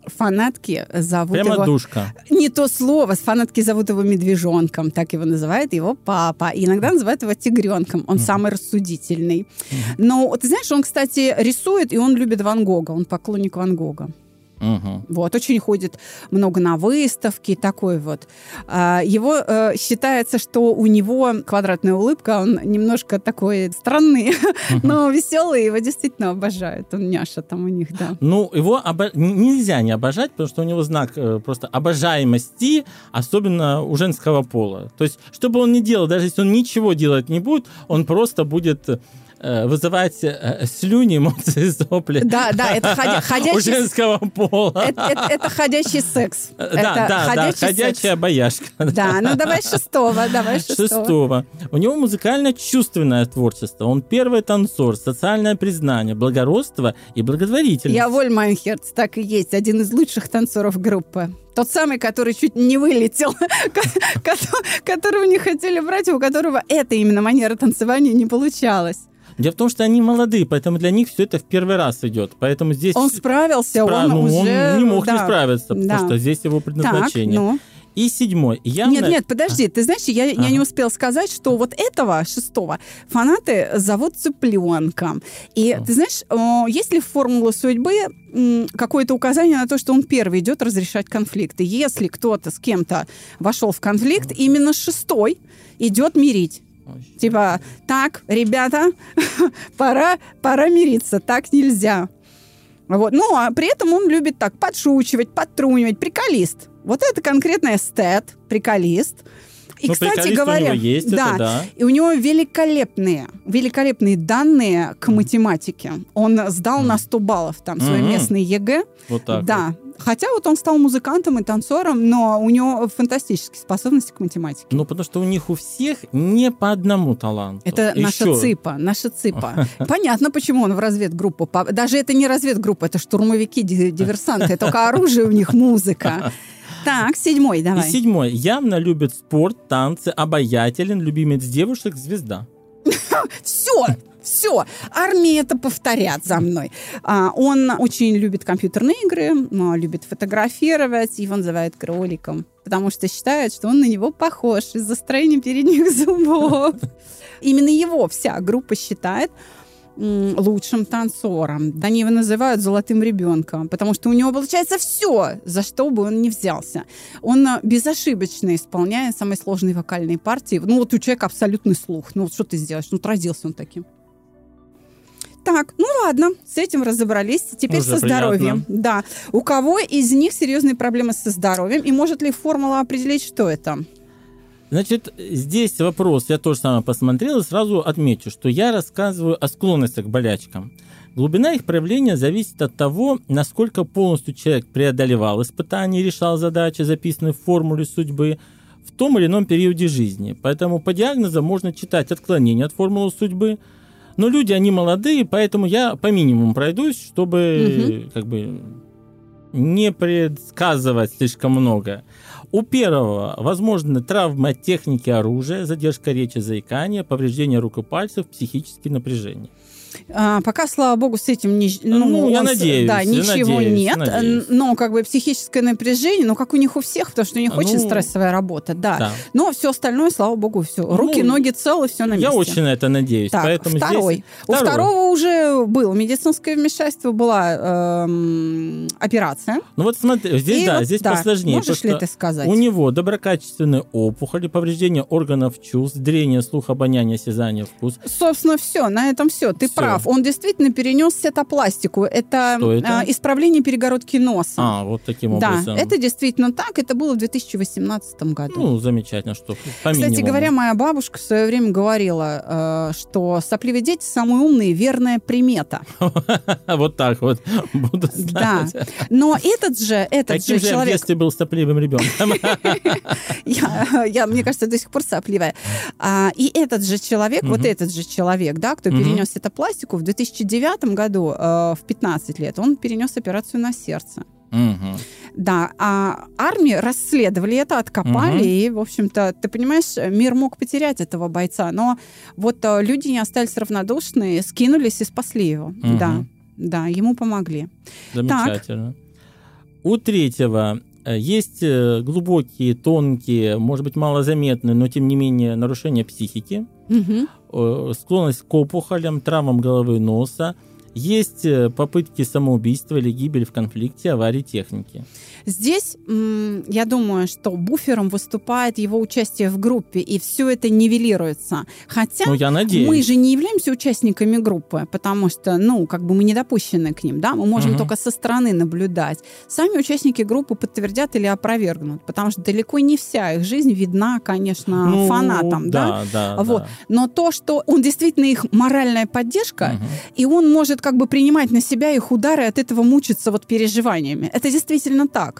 Фанатки зовут Прямо его... душка. Не то слово. Фанатки зовут его медвежонком. Так его называет его папа. И иногда называют его тигренком. Он mm-hmm. самый рассудительный. Mm-hmm. Но, ты знаешь, он, кстати, рисует, и он любит Ван Гога. Он поклонник Ван Гога. Угу. Вот, очень ходит много на выставки, такой вот. Его э, считается, что у него квадратная улыбка, он немножко такой странный, угу. но веселый, его действительно обожают. Он няша там у них, да. Ну, его обо... нельзя не обожать, потому что у него знак э, просто обожаемости, особенно у женского пола. То есть, что бы он ни делал, даже если он ничего делать не будет, он просто будет... вызывать э, слюни, эмоции, сопли. Да, да, это ходя- ходячий... у женского пола. Это, это, это ходячий секс. Да, это да, ходячий да, ходячая секс. обаяшка. Да, ну давай шестого, давай шестого. Шестого. У него музыкально-чувственное творчество. Он первый танцор, социальное признание, благородство и благотворительность. Я Воль Майнхерц, так и есть, один из лучших танцоров группы. Тот самый, который чуть не вылетел, которого не хотели брать, у которого эта именно манера танцевания не получалась. Дело в том, что они молодые, поэтому для них все это в первый раз идет. Поэтому здесь... Он справился, спра... он ну, уже... Он не мог да. не справиться, да. потому что здесь его предназначение. Так, ну... И седьмой. Явно... Нет, нет, подожди, ты знаешь, я, ага. я не успела сказать, что вот этого, шестого, фанаты зовут цыпленком. И О. ты знаешь, есть ли в «Формуле судьбы» какое-то указание на то, что он первый идет разрешать конфликты? Если кто-то с кем-то вошел в конфликт, именно шестой идет мирить. Типа, так, ребята, пора, пора мириться, так нельзя. Вот. Ну, а при этом он любит так подшучивать, подтрунивать, приколист. Вот это конкретно эстет, приколист. И, ну, кстати говоря, у него есть, да, это, да, и у него великолепные, великолепные данные к математике. Он сдал mm. на сто баллов там свой mm-hmm. местный ЕГЭ. Вот так да. вот. Хотя вот он стал музыкантом и танцором, но у него фантастические способности к математике. Ну, потому что у них у всех не по одному таланту. Это Еще... наша цыпа, наша цыпа. Понятно, почему он в разведгруппу. Даже это не разведгруппа, это штурмовики-диверсанты. Только оружие у них музыка. Так, седьмой, давай. И седьмой. Явно любит спорт, танцы, обаятелен, любимец девушек, звезда. Все! Все, армии это повторят за мной. А, он очень любит компьютерные игры, любит фотографировать, его называют кроликом, потому что считают, что он на него похож из-за строения передних зубов. Именно его вся группа считает м, лучшим танцором. Они его называют золотым ребенком, потому что у него получается все, за что бы он ни взялся. Он безошибочно исполняет самые сложные вокальные партии. Ну вот у человека абсолютный слух. Ну вот что ты сделаешь? Ну вот родился он таким. Так, ну ладно, с этим разобрались. Теперь Уже со здоровьем. приятно. Да. У кого из них серьезные проблемы со здоровьем? И может ли формула определить, что это? Значит, здесь вопрос, я тоже самое посмотрел и сразу отмечу, что я рассказываю о склонностях к болячкам. Глубина их проявления зависит от того, насколько полностью человек преодолевал испытания и решал задачи, записанные в формуле судьбы, в том или ином периоде жизни. Поэтому по диагнозам можно читать отклонения от формулы судьбы. Но люди, они молодые, поэтому я по минимуму пройдусь, чтобы угу. как бы не предсказывать слишком много. У первого возможны травма техники оружия, задержка речи, заикание, повреждение рук и пальцев, психические напряжения. А, пока, слава богу, с этим не, ну, ну, я надеюсь, да, ничего надеюсь, нет. Надеюсь. Но как бы психическое напряжение, ну, как у них у всех, потому что у них ну, очень стрессовая работа, да. да. Но все остальное, слава богу, все. Руки, ну, ноги целы, все на месте. Я очень на это надеюсь. Так, поэтому второй. Здесь... У Второй. второго уже было медицинское вмешательство, была эм, операция. Ну вот смотри, здесь, да, вот, здесь да. посложнее. Можешь ли ты сказать? У него доброкачественные опухоли, повреждение органов чувств, зрение, слух, обоняние, осязание, вкус. Собственно, все, на этом все. Ты все. прав. Он действительно перенес сетопластику. Это, это? А, исправление перегородки носа. А, вот таким образом. Да, это действительно так. Это было в две тысячи восемнадцатом году. Ну, замечательно, что по Кстати минимуму. говоря, моя бабушка в свое время говорила, э, что сопливые дети самые умные, верная примета. Вот так вот буду знать. Да. Но этот же, этот Таким же же человек... я в детстве был сопливым ребенком. Я, мне кажется, до сих пор сопливая. И этот же человек, вот этот же человек, да, кто перенес сетопластику, в две тысячи девятом году, в пятнадцать лет, он перенес операцию на сердце. Угу. Да, а армии расследовали это, откопали, угу. и, в общем-то, ты понимаешь, мир мог потерять этого бойца, но вот люди не остались равнодушны, скинулись и спасли его. Угу. Да, да, ему помогли. Замечательно. Так. У третьего есть глубокие, тонкие, может быть, малозаметные, но тем не менее нарушения психики, угу. склонность к опухолям, травмам головы и носа, есть попытки самоубийства или гибель в конфликте, аварии техники. Здесь, я думаю, что буфером выступает его участие в группе, и все это нивелируется. Хотя ну, я надеюсь. Мы же не являемся участниками группы, потому что, ну, как бы мы не допущены к ним, да, мы можем угу. только со стороны наблюдать. Сами участники группы подтвердят или опровергнут, потому что далеко не вся их жизнь видна, конечно, ну, фанатам, да, да, да, вот. да. Но то, что он действительно их моральная поддержка, угу. и он может как бы принимать на себя их удары, от этого мучиться вот переживаниями. Это действительно так.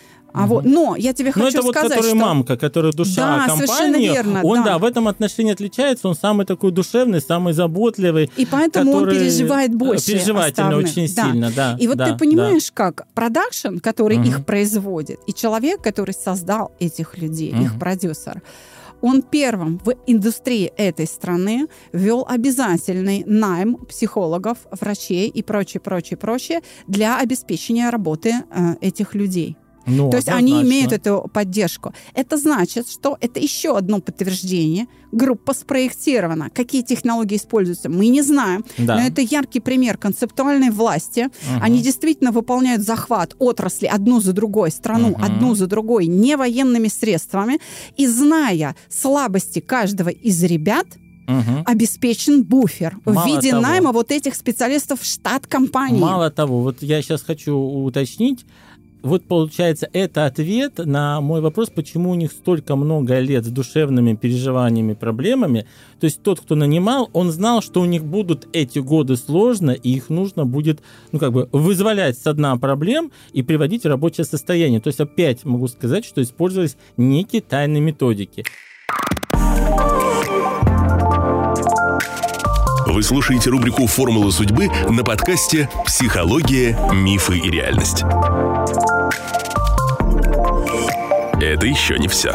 А угу. вот, но я тебе хочу но это сказать, вот, который что... мамка, которая душа да, компании, верно, он, да. да, в этом отношении отличается, он самый такой душевный, самый заботливый. И поэтому он переживает больше переживательно оставных. очень да. сильно, да. И вот да, ты понимаешь, да. как продакшн, который угу. их производит, и человек, который создал этих людей, угу. их продюсер, он первым в индустрии этой страны ввел обязательный найм психологов, врачей и прочее, прочее, прочее для обеспечения работы э, этих людей. Ну, То есть однозначно. они имеют эту поддержку. Это значит, что это еще одно подтверждение. Группа спроектирована. Какие технологии используются, мы не знаем. Да. Но это яркий пример концептуальной власти. Угу. Они действительно выполняют захват отрасли одну за другой, страну угу. одну за другой, не военными средствами. И зная слабости каждого из ребят, угу. обеспечен буфер Мало в виде того, найма вот этих специалистов в штат компании. Мало того, вот я сейчас хочу уточнить. Вот, получается, это ответ на мой вопрос, почему у них столько много лет с душевными переживаниями, проблемами. То есть тот, кто нанимал, он знал, что у них будут эти годы сложно, и их нужно будет, ну, как бы, вызволять со дна проблем и приводить в рабочее состояние. То есть опять могу сказать, что использовались некие тайные методики. Вы слушаете рубрику «Формула судьбы» на подкасте «Психология, мифы и реальность». Это еще не все.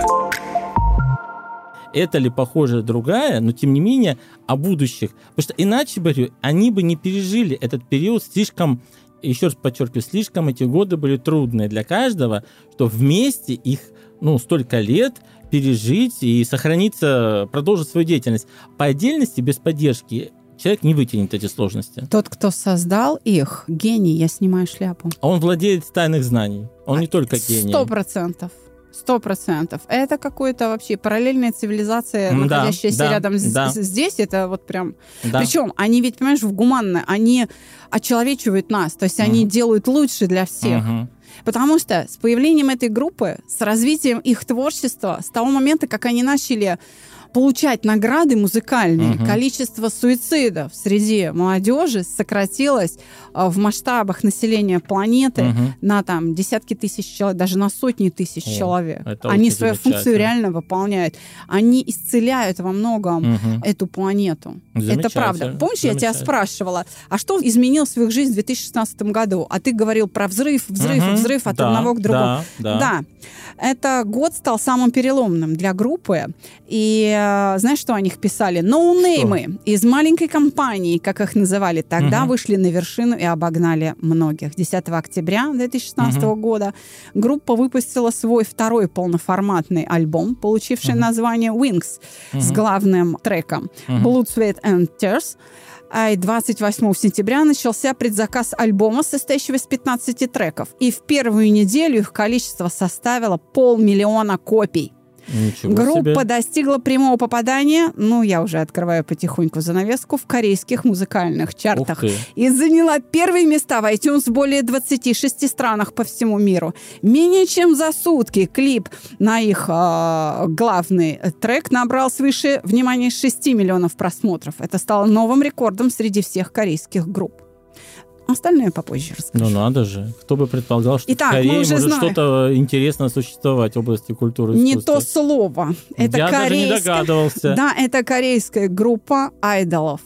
Это ли похожая другая, но тем не менее о будущих. Потому что иначе, говорю, они бы не пережили этот период слишком, еще раз подчеркиваю, слишком эти годы были трудные для каждого, что вместе их, ну, столько лет пережить и сохраниться, продолжить свою деятельность. По отдельности, без поддержки, человек не вытянет эти сложности. Тот, кто создал их, гений, я снимаю шляпу. А он владеет тайных знаний. Он а не только гений. Сто процентов. Сто процентов. Это какая-то вообще параллельная цивилизация, да, находящаяся да, рядом да. с, здесь. Это вот прям... Да. Причем они ведь, понимаешь, в гуманно, они очеловечивают нас. То есть uh-huh. они делают лучше для всех. Uh-huh. Потому что с появлением этой группы, с развитием их творчества, с того момента, как они начали получать награды музыкальные, угу. количество суицидов среди молодежи сократилось в масштабах населения планеты угу. на там, десятки тысяч человек, даже на сотни тысяч О, человек. Они свою функцию реально выполняют. Они исцеляют во многом угу. эту планету. Это правда. Помнишь, я тебя спрашивала, а что изменилось в их жизнь в две тысячи шестнадцатом году? А ты говорил про взрыв, взрыв, угу. взрыв от да, одного к другому. Да, да. да. Это год стал самым переломным для группы. И знаешь, что о них писали? Ноунеймы из маленькой компании, как их называли тогда, угу. вышли на вершину и обогнали многих. десятого октября две тысячи шестнадцатого угу. года группа выпустила свой второй полноформатный альбом, получивший угу. название Wings, угу. с главным треком угу. Blood, Sweat and Tears. И двадцать восьмого сентября начался предзаказ альбома, состоящего из пятнадцати треков. И в первую неделю их количество составило полмиллиона копий. Ничего Группа себе. достигла прямого попадания, ну, я уже открываю потихоньку занавеску, в корейских музыкальных чартах. И заняла первые места в iTunes в более двадцати шести странах по всему миру. Менее чем за сутки клип на их э, главный трек набрал свыше, внимание, шести миллионов просмотров. Это стало новым рекордом среди всех корейских групп. Остальное попозже расскажу. Ну надо же. Кто бы предполагал, что Итак, в Корее может знаем. что-то интересное существовать в области культуры и искусства. Не то слово. Это Я корейская... даже не догадывался. Да, это корейская группа айдолов.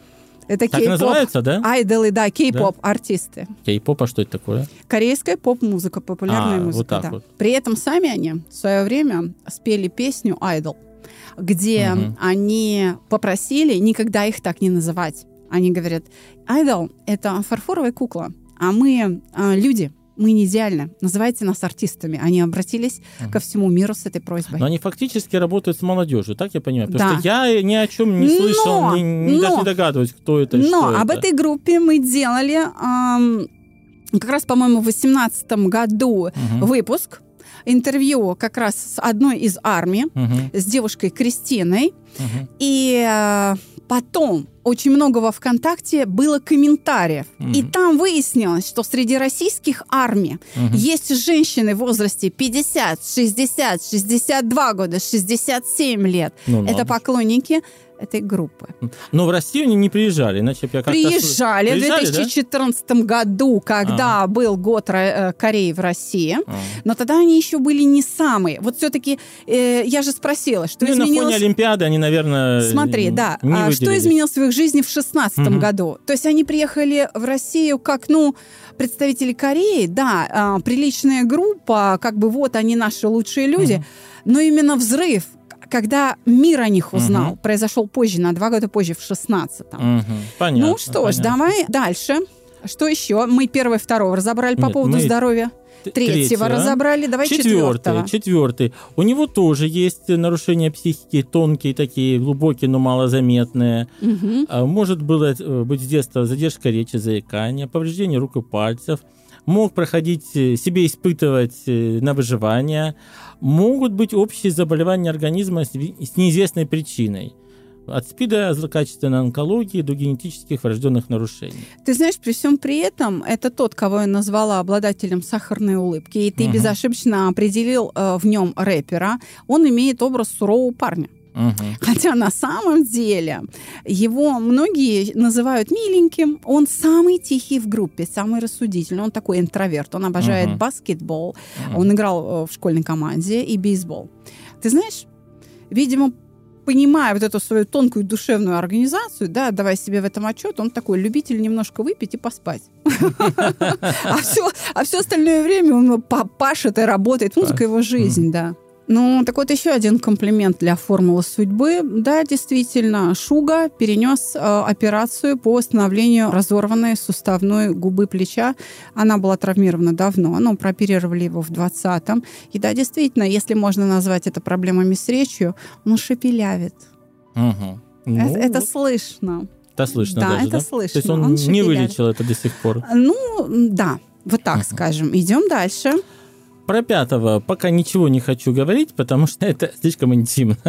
Это так кей-поп. называется, да? Айдолы, да, кей-поп-артисты. Кей-поп, а что это такое? Корейская поп-музыка, популярная а, музыка. Вот так да. вот. При этом сами они в свое время спели песню «Айдол», где угу. они попросили никогда их так не называть. Они говорят, айдол — это фарфоровая кукла, а мы э, люди. Мы не идеальны. Называйте нас артистами. Они обратились uh-huh. ко всему миру с этой просьбой. Но они фактически работают с молодежью, так я понимаю? Потому да. что я ни о чем не слышал, но, не, не, даже не догадываюсь, кто это, но что об это. этой группе мы делали эм, как раз, по-моему, в две тысячи восемнадцатом году uh-huh. выпуск. Интервью как раз с одной из армий, uh-huh. с девушкой Кристиной. Uh-huh. И э, потом очень много во ВКонтакте было комментариев. Uh-huh. И там выяснилось, что среди российских армий uh-huh. есть женщины в возрасте пятьдесят, шестьдесят, шестьдесят два года, шестьдесят семь лет. Ну, это поклонники этой группы. Но в Россию они не приезжали, иначе я как-то... Приезжали, приезжали в две тысячи четырнадцатом да? году, когда а. был год Кореи в России, а. но тогда они еще были не самые. Вот все-таки э, я же спросила, что ну, изменилось... на фоне Олимпиады они, наверное, Смотри, да, не а, что изменилось в их жизни в шестнадцатом угу. году? То есть они приехали в Россию как, ну, представители Кореи, да, а, приличная группа, как бы вот они наши лучшие люди, угу. но именно взрыв, когда мир о них узнал, uh-huh. произошел позже, на два года позже, в шестнадцатом. Uh-huh. Понятно. Ну что понятно. ж, давай дальше. Что еще? Мы первое, второго разобрали по Нет, поводу мы... здоровья. Третьего, Третьего разобрали. Давай четвертый, четвертого. Четвертый. У него тоже есть нарушения психики, тонкие такие, глубокие, но малозаметные. Uh-huh. Может было быть с детства задержка речи, заикание, повреждение рук и пальцев. Мог проходить, себе испытывать на выживание. Могут быть общие заболевания организма с неизвестной причиной. От СПИДа, злокачественной онкологии до генетических врожденных нарушений. Ты знаешь, при всем при этом, это тот, кого я назвала обладателем сахарной улыбки, и ты uh-huh. безошибочно определил э, в нем рэпера. Он имеет образ сурового парня. Uh-huh. Хотя на самом деле его многие называют миленьким. Он самый тихий в группе, самый рассудительный. Он такой интроверт. Он обожает uh-huh. баскетбол. Uh-huh. Он играл в школьной команде и бейсбол. Ты знаешь, видимо, понимая вот эту свою тонкую душевную организацию, да, давая себе в этом отчет, он такой любитель немножко выпить и поспать. А все остальное время он пашет и работает. Музыка его жизнь, да. Ну, так вот еще один комплимент для формулы судьбы. Да, действительно, Шуга перенес э, операцию по восстановлению разорванной суставной губы плеча. Она была травмирована давно, но прооперировали его в двадцатом. И да, действительно, если можно назвать это проблемами с речью, он шепелявит. Угу. Ну, это, это слышно. Это слышно да, даже, это да? слышно. То есть он, он не шепелявит. Вылечил это до сих пор? Ну, да, вот так угу. скажем. Идем дальше. Про пятого пока ничего не хочу говорить, потому что это слишком интимно.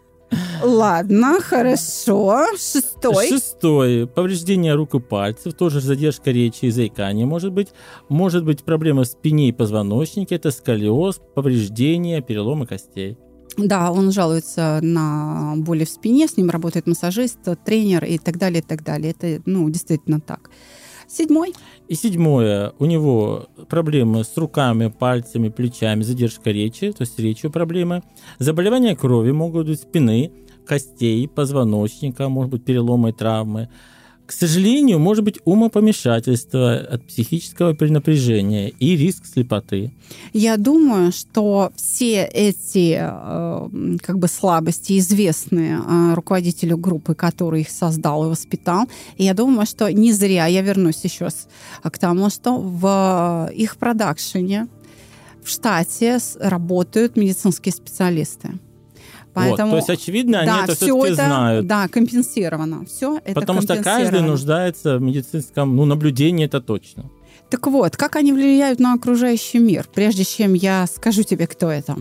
Ладно, хорошо. Шестой. Шестой. Повреждение рук и пальцев, тоже задержка речи и заикания может быть. Может быть проблемы в спине и позвоночнике, это сколиоз, повреждения, переломы костей. Да, он жалуется на боли в спине, с ним работает массажист, тренер и так далее, и так далее. Это, ну, действительно так. Седьмой. И седьмое. У него проблемы с руками, пальцами, плечами, задержка речи, то есть с речью проблемы. Заболевания крови могут быть спины, костей, позвоночника, может быть переломы и травмы. К сожалению, может быть умопомешательство от психического перенапряжения и риск слепоты. Я думаю, что все эти э, как бы слабости известны э, руководителю группы, который их создал и воспитал. И я думаю, что не зря, я вернусь еще раз к тому, что в их продакшене в штате работают медицинские специалисты. Поэтому, вот, то есть, очевидно, да, они это все все-таки это, знают. Да, компенсировано. Все это Потому что каждый нуждается в медицинском ну, наблюдении, это точно. Так вот, как они влияют на окружающий мир? Прежде чем я скажу тебе, кто это.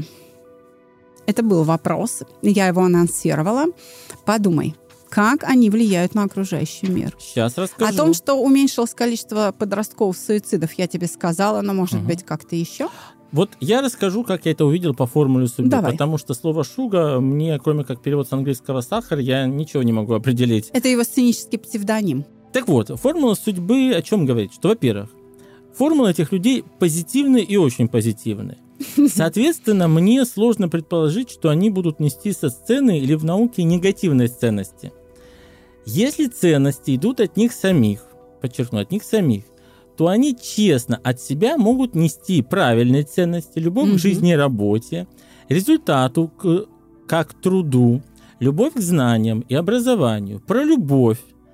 Это был вопрос, я его анонсировала. Подумай, как они влияют на окружающий мир. Сейчас расскажу. О том, что уменьшилось количество подростковых суицидов, я тебе сказала, но, может угу. быть, как-то еще? Вот я расскажу, как я это увидел по формуле судьбы, Давай. Потому что слово «шуга» мне, кроме как перевод с английского «сахар», я ничего не могу определить. Это его сценический псевдоним. Так вот, формула судьбы о чем говорит? Что, во-первых, формулы этих людей позитивные и очень позитивные. Соответственно, мне сложно предположить, что они будут нести со сцены или в науке негативные ценности. Если ценности идут от них самих, подчеркну, от них самих, то они честно от себя могут нести правильные ценности, любовь mm-hmm. к жизни и работе, результату к, как труду, любовь к знаниям и образованию, про любовь,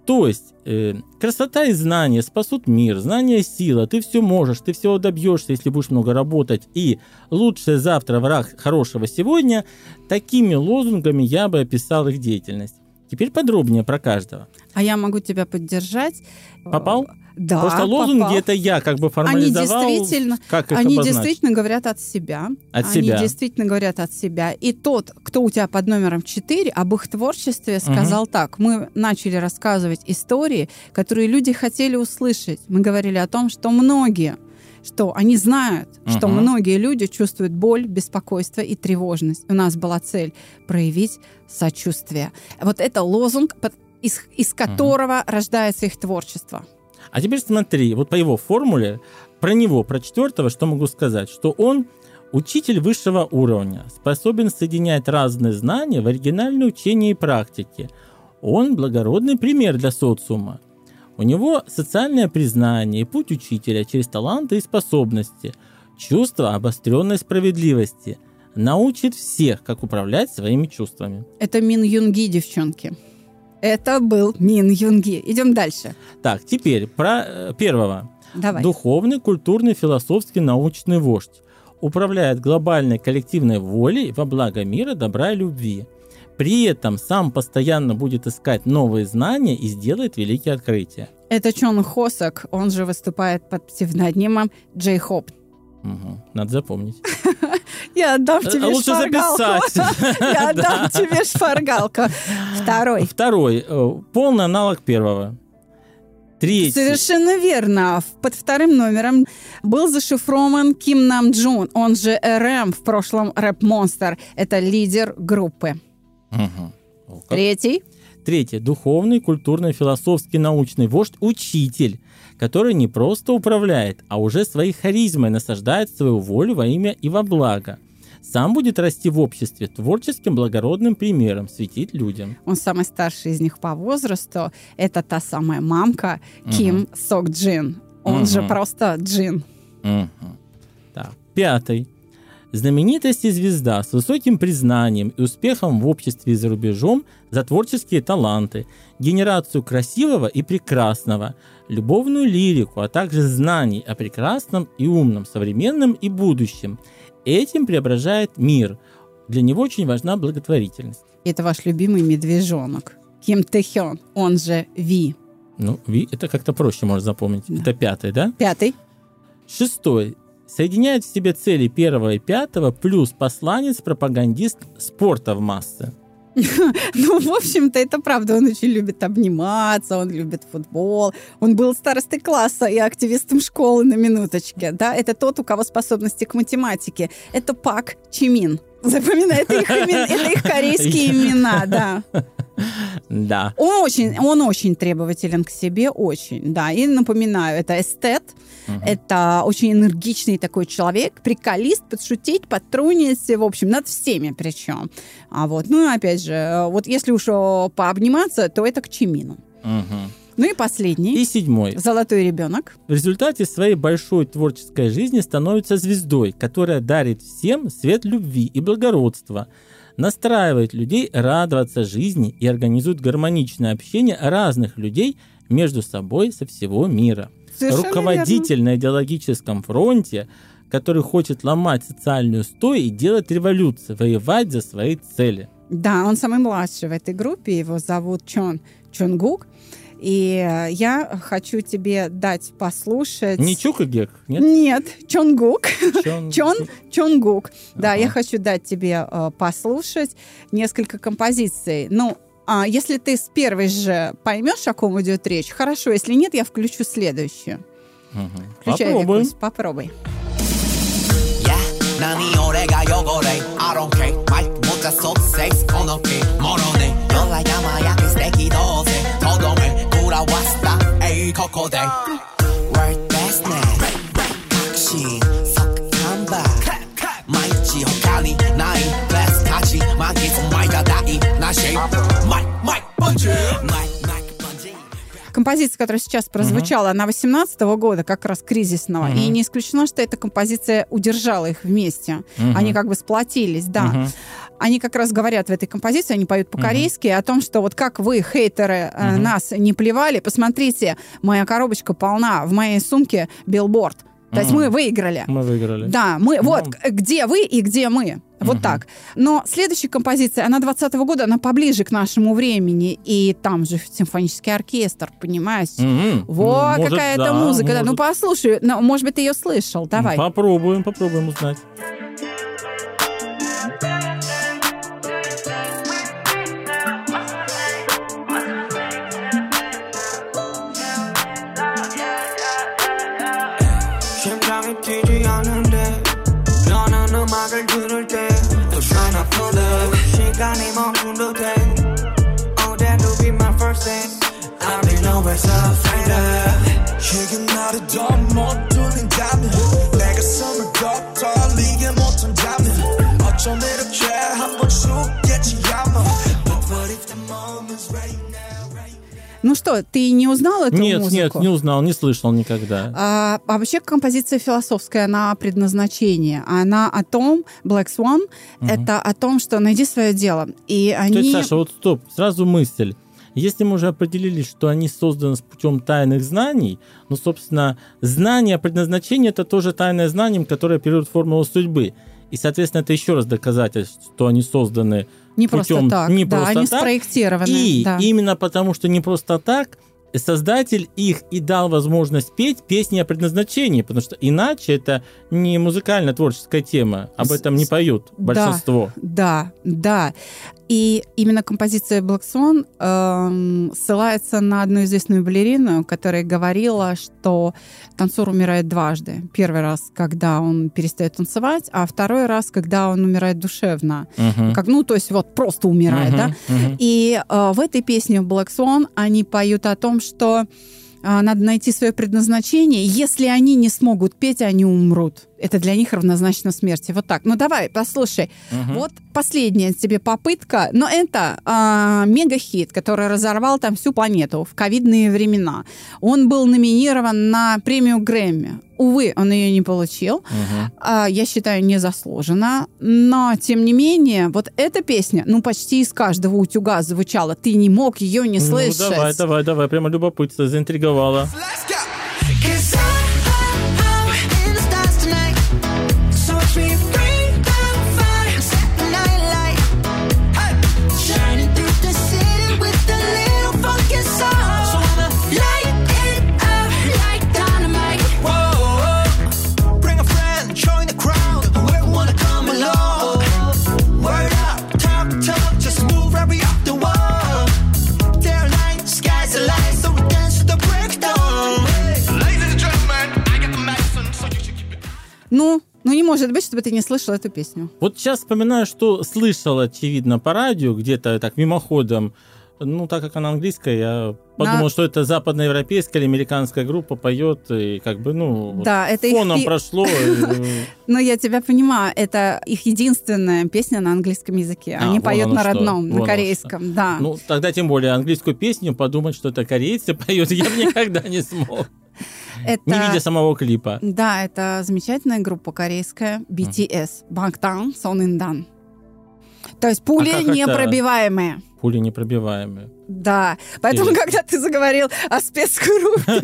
То есть э, красота и знания спасут мир, знания – сила, ты все можешь, ты всего добьешься, если будешь много работать, и лучшее завтра – враг хорошего сегодня. Такими лозунгами я бы описал их деятельность. Теперь подробнее про каждого. А я могу тебя поддержать. Попал? Да, Потому что лозунги попал. Это я как бы формализовал. Они действительно, как их они обозначить? действительно говорят от себя. От они себя. действительно говорят от себя. И тот, кто у тебя под номером четыре, об их творчестве сказал угу. так. Мы начали рассказывать истории, которые люди хотели услышать. Мы говорили о том, что многие, что они знают, угу. что многие люди чувствуют боль, беспокойство и тревожность. У нас была цель проявить сочувствие. Вот это лозунг, из, из которого угу. рождается их творчество. А теперь смотри, вот по его формуле, про него, про четвертого, что могу сказать, что он учитель высшего уровня, способен соединять разные знания в оригинальные учения и практики. Он благородный пример для социума. У него социальное признание и путь учителя через таланты и способности, чувство обостренной справедливости. Научит всех, как управлять своими чувствами. Это Мин Юнги, девчонки. Это был Мин Юнги. Идем дальше. Так, теперь про э, первого. Давай. Духовный, культурный, философский, научный вождь. Управляет глобальной коллективной волей во благо мира, добра и любви. При этом сам постоянно будет искать новые знания и сделает великие открытия. Это Чон Хосок, он же выступает под псевдонимом Джей Хоп. Угу, надо запомнить. Я отдам тебе Лучше шпаргалку. записать. Я отдам тебе шпаргалку. Второй. Второй. Полный аналог первого. Третий. Совершенно верно. Под вторым номером был зашифрован Ким Нам Джун, он же эр эм, в прошлом Рэп Монстер. Это лидер группы. Угу. Третий. Третий. Духовный, культурный, философский, научный вождь, учитель, который не просто управляет, а уже своей харизмой насаждает свою волю во имя и во благо. Сам будет расти в обществе творческим, благородным примером, светить людям. Он самый старший из них по возрасту. Это та самая мамка Ким угу. Сок Джин. Он угу. же просто Джин. Угу. Так. Пятый. Знаменитость и звезда с высоким признанием и успехом в обществе и за рубежом за творческие таланты, генерацию красивого и прекрасного, любовную лирику, а также знаний о прекрасном и умном, современном и будущем. Этим преображает мир. Для него очень важна благотворительность. Это ваш любимый медвежонок Ким Тэ-хён, он же Ви. Ну, Ви, это как-то проще можно запомнить. Да. Это пятый, да? Пятый. Шестой. Соединяет в себе цели первого и пятого, плюс посланец-пропагандист спорта в массы. Ну, в общем-то, это правда. Он очень любит обниматься, он любит футбол. Он был старостой класса и активистом школы, на минуточке. Да? Это тот, у кого способности к математике. Это Пак Чимин. Запоминай, это их, имен, это их корейские имена, да. Да. Он очень, он очень требователен к себе, очень, да. И напоминаю, это эстет, угу. это очень энергичный такой человек, приколист, подшутить, подтрунить, в общем, над всеми причем. А вот, ну, опять же, вот если уж пообниматься, то это к Чимину. Угу. Ну и последний. И седьмой. Золотой ребенок. В результате своей большой творческой жизни становится звездой, которая дарит всем свет любви и благородства, настраивает людей радоваться жизни и организует гармоничное общение разных людей между собой со всего мира. Совершенно руководитель верно. На идеологическом фронте, который хочет ломать социальную стой и делать революцию, воевать за свои цели. Да, он самый младший в этой группе, его зовут Чон Чонгук. И я хочу тебе дать послушать... Не Чукагек, нет? Нет, Чонгук. Чон... Чон Чонгук. Да, ага. я хочу дать тебе э, послушать несколько композиций. Ну, а если ты с первой же поймешь, о ком идет речь, хорошо. Если нет, я включу следующую. Угу. Включай, Попробуем. Викусь, попробуй. Композиция, которая сейчас прозвучала, uh-huh. она восемнадцатого года, как раз кризисного, uh-huh. и не исключено, что эта композиция удержала их вместе. Uh-huh. Они как бы сплотились, да. они как раз говорят в этой композиции, они поют по-корейски, uh-huh. о том, что вот как вы, хейтеры, uh-huh. нас не плевали, посмотрите, моя коробочка полна, в моей сумке билборд. То есть mm. мы выиграли. Мы выиграли. Да, мы, mm. вот, где вы и где мы. Вот mm-hmm. так. Но следующая композиция, она двадцатого года, она поближе к нашему времени. И там же симфонический оркестр, понимаешь? Mm-hmm. Вот может, какая-то да, музыка. Да. Ну, послушай, ну, может быть, ты ее слышал. Давай. Попробуем, попробуем узнать. 튀지 않는데 너는 음악을 들을 때 또 아픈데 시간이 멈춘 듯해 Oh that will be my first day I'll be nowhere so afraid 이게 나를 더 못 들린다면 내 가슴을 더 떨리게 못한다면 어쩜 이렇게 한 번 죽겠지 아마 But what if the moment's right now. Ну что, ты не узнал эту нет, музыку? Нет, нет, не узнал, не слышал никогда. А, а вообще композиция философская, она о предназначении. Она о том, Black Swan, угу. это о том, что найди свое дело. И они... То есть, Саша, вот стоп, сразу мысль. Если мы уже определили, что они созданы с путем тайных знаний, ну, собственно, знание предназначения – это тоже тайное знание, которое оперирует формулу судьбы. И, соответственно, это еще раз доказательство, что они созданы не путем... просто так, не да, просто они так. спроектированы. И да. именно потому, что не просто так, создатель их и дал возможность петь песни о предназначении, потому что иначе это не музыкальная творческая тема, об этом не поют большинство. Да, да. И именно композиция Black Swan э, ссылается на одну известную балерину, которая говорила, что танцор умирает дважды. Первый раз, когда он перестает танцевать, а второй раз, когда он умирает душевно. Uh-huh. Как, ну, то есть вот просто умирает, uh-huh. да? Uh-huh. И э, в этой песне Black Swan они поют о том, что надо найти свое предназначение. Если они не смогут петь, они умрут. Это для них равнозначно смерти. Вот так. Ну, давай, послушай. Угу. Вот последняя тебе попытка. Но это а, мега-хит, который разорвал там всю планету в ковидные времена. Он был номинирован на премию Грэмми. Увы, он ее не получил. Угу. А, я считаю, незаслуженно. Но, тем не менее, вот эта песня, ну, почти из каждого утюга звучала. Ты не мог ее не слышать. Ну, давай, давай, давай. Прямо любопытство заинтриговало. Ну, ну не может быть, чтобы ты не слышал эту песню. Вот сейчас вспоминаю, что слышал, очевидно, по радио, где-то так мимоходом. Ну, так как она английская, я подумал, На... что это западноевропейская или американская группа поет, и как бы, ну, да, это фоном их... прошло. Ну, я тебя понимаю, это их единственная песня на английском языке. Они поют на родном, на корейском, да. Ну, тогда тем более английскую песню подумать, что это корейцы поют, я бы никогда не смог. Это... Не видя самого клипа. Да, это замечательная группа корейская, би ти эс, Bangtan Sonyeondan. То есть пули а непробиваемые. Пули непробиваемые. Да, поэтому, Или... когда ты заговорил о спецгруппе,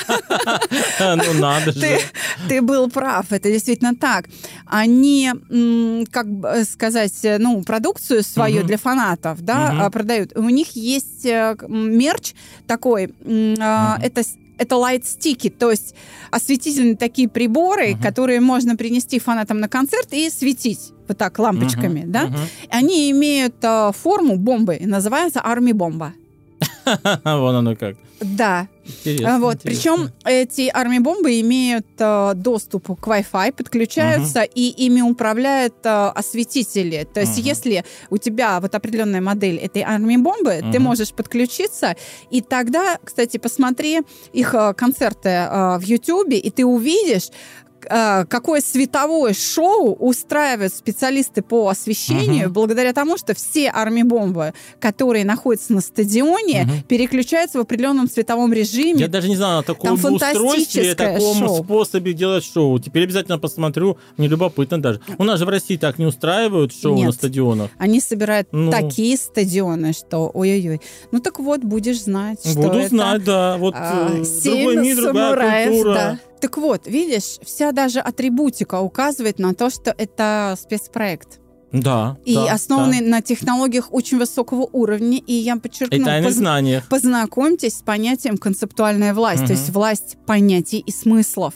ну надо же. Ты был прав, это действительно так. Они, как сказать, ну, продукцию свою для фанатов, да, продают. У них есть мерч такой, это Это лайт-стики, то есть осветительные такие приборы, uh-huh. которые можно принести фанатам на концерт и светить вот так лампочками, uh-huh. да? Uh-huh. Они имеют э, форму бомбы, называется арми-бомба. Вон оно как. Да. Интересно, вот. интересно. Причем эти арми-бомбы имеют э, доступ к Wi-Fi, подключаются, uh-huh. и ими управляют э, осветители. То есть uh-huh. если у тебя вот определенная модель этой арми-бомбы, uh-huh. ты можешь подключиться, и тогда, кстати, посмотри их э, концерты э, в Ютубе, и ты увидишь, какое световое шоу устраивают специалисты по освещению, угу. благодаря тому, что все армибомбы, которые находятся на стадионе, угу. переключаются в определенном цветовом режиме. Я даже не знала о таком устройстве, о таком шоу. способе делать шоу. Теперь обязательно посмотрю, мне любопытно даже. У нас же в России так не устраивают шоу Нет. на стадионах. Они собирают ну. такие стадионы, что ой-ой-ой. Ну так вот, будешь знать, что Буду это... знать, да. Вот а, другой мир, другая культура. Да. Так вот, видишь, вся даже атрибутика указывает на то, что это спецпроект. Да. И да, основанный да. на технологиях очень высокого уровня. И я подчеркну, и тайных поз... знаниях. Познакомьтесь с понятием концептуальная власть, угу. то есть власть понятий и смыслов.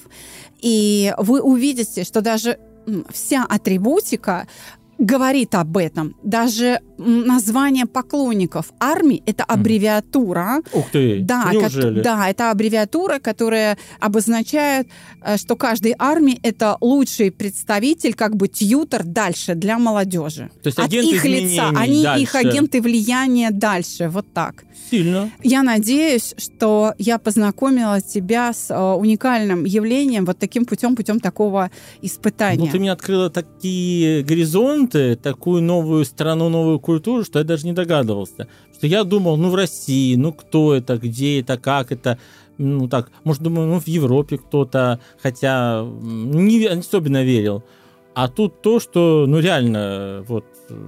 И вы увидите, что даже вся атрибутика говорит об этом. Даже название поклонников армии — это аббревиатура. Ух ты, да, неужели? Ко- да, это аббревиатура, которая обозначает, что каждой армии это лучший представитель, как бы тьютер дальше для молодежи. То есть от их лица. Они дальше. Их агенты влияния дальше. Вот так. Сильно. Я надеюсь, что я познакомила тебя с э, уникальным явлением вот таким путем, путем такого испытания. Ну, ты мне открыла такие горизонты, такую новую страну, новую культуру, что я даже не догадывался. Что я думал, ну, в России, ну, кто это, где это, как это, ну, так, может, думаю, ну, в Европе кто-то, хотя не особенно верил. А тут то, что, ну, реально, вот,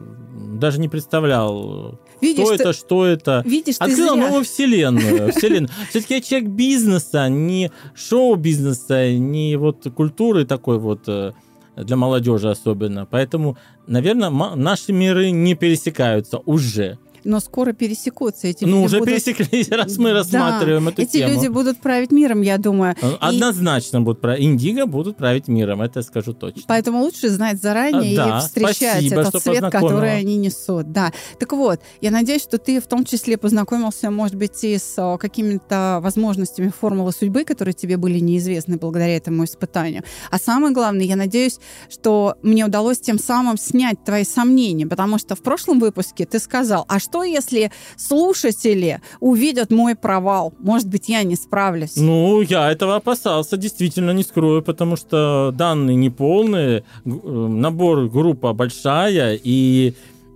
даже не представлял, Видишь, что ты, это, что это. Видишь, Открыла новую вселенную. вселенную. Все-таки я человек бизнеса, не шоу-бизнеса, не вот культуры такой вот для молодежи особенно. Поэтому, наверное, наши миры не пересекаются уже. Но скоро пересекутся эти ну, люди. Ну, уже будут... пересеклись, раз мы рассматриваем да, эту эти тему. Эти люди будут править миром, я думаю. Однозначно и... будут править. Индиго будут править миром, это я скажу точно. Поэтому лучше знать заранее а, да, и встречать спасибо, этот свет, который они несут. Да. Так вот, я надеюсь, что ты в том числе познакомился, может быть, и с какими-то возможностями формулы судьбы, которые тебе были неизвестны благодаря этому испытанию. А самое главное, я надеюсь, что мне удалось тем самым снять твои сомнения, потому что в прошлом выпуске ты сказал, а что если слушатели увидят мой провал? Может быть, я не справлюсь. Ну, я этого опасался, действительно, не скрою, потому что данные неполные, набор группа большая, и,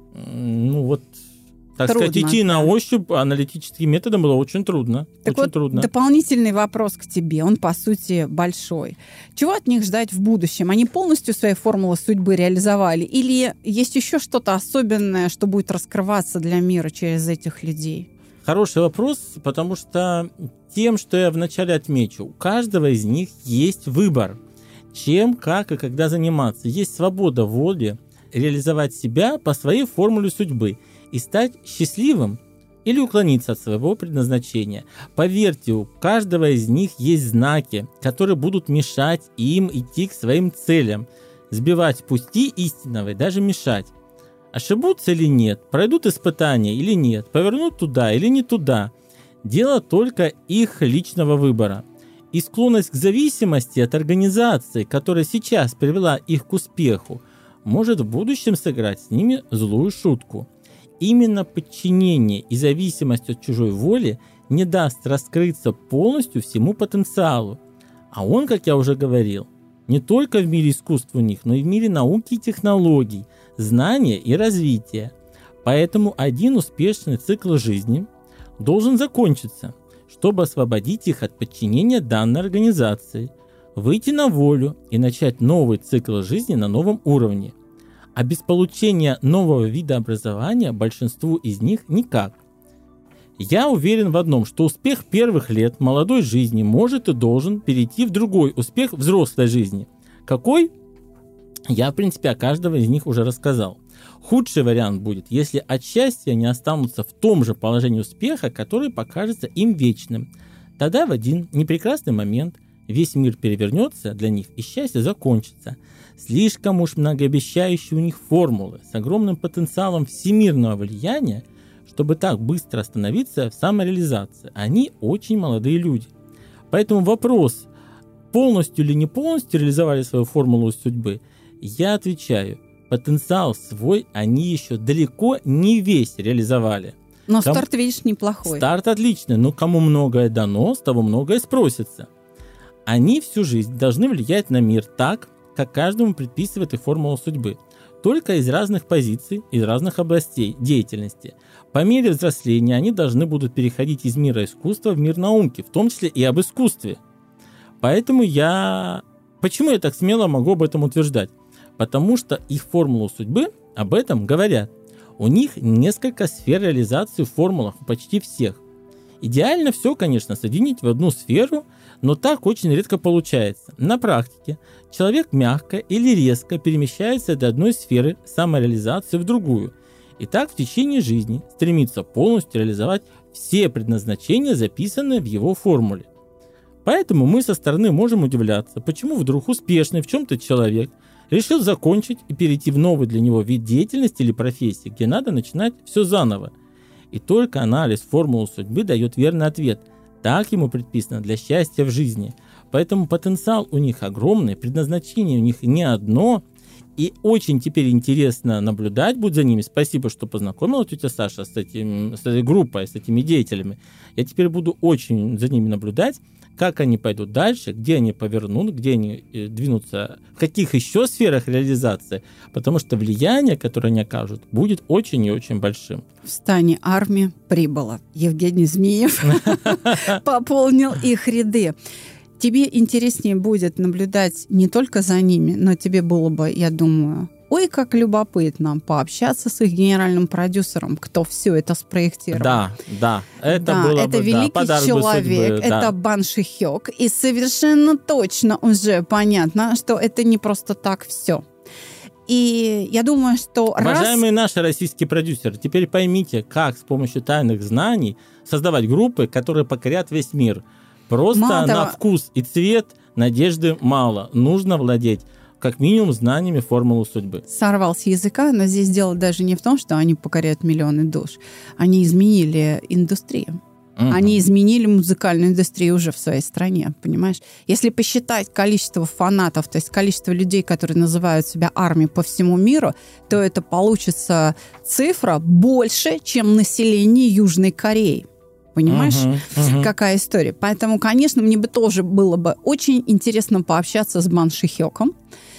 ну, вот, так трудно, сказать, идти да. на ощупь аналитическим методом было очень трудно. Так очень вот, трудно. Дополнительный вопрос к тебе, он, по сути, большой. Чего от них ждать в будущем? Они полностью свои формулы судьбы реализовали? Или есть еще что-то особенное, что будет раскрываться для мира через этих людей? Хороший вопрос, потому что тем, что я вначале отмечу, у каждого из них есть выбор, чем, как и когда заниматься. Есть свобода воли реализовать себя по своей формуле судьбы и стать счастливым или уклониться от своего предназначения. Поверьте, у каждого из них есть знаки, которые будут мешать им идти к своим целям, сбивать пути истинного и даже мешать. Ошибутся или нет, пройдут испытания или нет, повернут туда или не туда. Дело только их личного выбора. И склонность к зависимости от организации, которая сейчас привела их к успеху, может в будущем сыграть с ними злую шутку. Именно подчинение и зависимость от чужой воли не даст раскрыться полностью всему потенциалу. А он, как я уже говорил, не только в мире искусства у них, но и в мире науки и технологий, знания и развития. Поэтому один успешный цикл жизни должен закончиться, чтобы освободить их от подчинения данной организации, выйти на волю и начать новый цикл жизни на новом уровне. А без получения нового вида образования большинству из них никак. Я уверен в одном, что успех первых лет молодой жизни может и должен перейти в другой успех взрослой жизни. Какой? Я, в принципе, о каждого из них уже рассказал. Худший вариант будет, если от счастья они останутся в том же положении успеха, который покажется им вечным. Тогда в один непрекрасный момент весь мир перевернется для них, и счастье закончится. Слишком уж многообещающие у них формулы с огромным потенциалом всемирного влияния, чтобы так быстро остановиться в самореализации. Они очень молодые люди. Поэтому вопрос, полностью или не полностью реализовали свою формулу судьбы, я отвечаю, потенциал свой они еще далеко не весь реализовали. Но кому... старт, видишь, неплохой. Старт отличный, но кому многое дано, с того многое спросится. Они всю жизнь должны влиять на мир так, как каждому предписывает их формула судьбы, только из разных позиций, из разных областей деятельности. По мере взросления они должны будут переходить из мира искусства в мир науки, в том числе и об искусстве. Поэтому я... Почему я так смело могу об этом утверждать? Потому что их формулу судьбы об этом говорят. У них несколько сфер реализации в формулах у почти всех. Идеально все, конечно, соединить в одну сферу, но так очень редко получается. На практике человек мягко или резко перемещается из одной сферы самореализации в другую. И так в течение жизни стремится полностью реализовать все предназначения, записанные в его формуле. Поэтому мы со стороны можем удивляться, почему вдруг успешный в чем-то человек решил закончить и перейти в новый для него вид деятельности или профессии, где надо начинать все заново. И только анализ формулы судьбы дает верный ответ. Так ему предписано для счастья в жизни. Поэтому потенциал у них огромный, предназначение у них не одно. И очень теперь интересно наблюдать будет за ними. Спасибо, что познакомила тетя Саша с, этим, с этой группой, с этими деятелями. Я теперь буду очень за ними наблюдать, как они пойдут дальше, где они повернут, где они двинутся, в каких еще сферах реализации, потому что влияние, которое они окажут, будет очень и очень большим. В стане армии прибыло. Евгений Змеев пополнил их ряды. Тебе интереснее будет наблюдать не только за ними, но тебе было бы, я думаю, ой, как любопытно пообщаться с их генеральным продюсером, кто все это спроектировал. Да, да, это да, было это бы, великий да, подарок человек, судьбы, это да. Бан Ши-хёк, и совершенно точно уже понятно, что это не просто так все. И я думаю, что Уважаемые раз... наши российские продюсеры, теперь поймите, как с помощью тайных знаний создавать группы, которые покорят весь мир. Просто Мало на того... вкус и цвет надежды мало. Нужно владеть как минимум знаниями формулы судьбы. Сорвал с языка, но здесь дело даже не в том, что они покоряют миллионы душ. Они изменили индустрию. Угу. Они изменили музыкальную индустрию уже в своей стране, понимаешь? Если посчитать количество фанатов, то есть количество людей, которые называют себя армией по всему миру, то это получится цифра больше, чем население Южной Кореи. Понимаешь, uh-huh, uh-huh. какая история? Поэтому, конечно, мне бы тоже было бы очень интересно пообщаться с Бан Ши-хёком.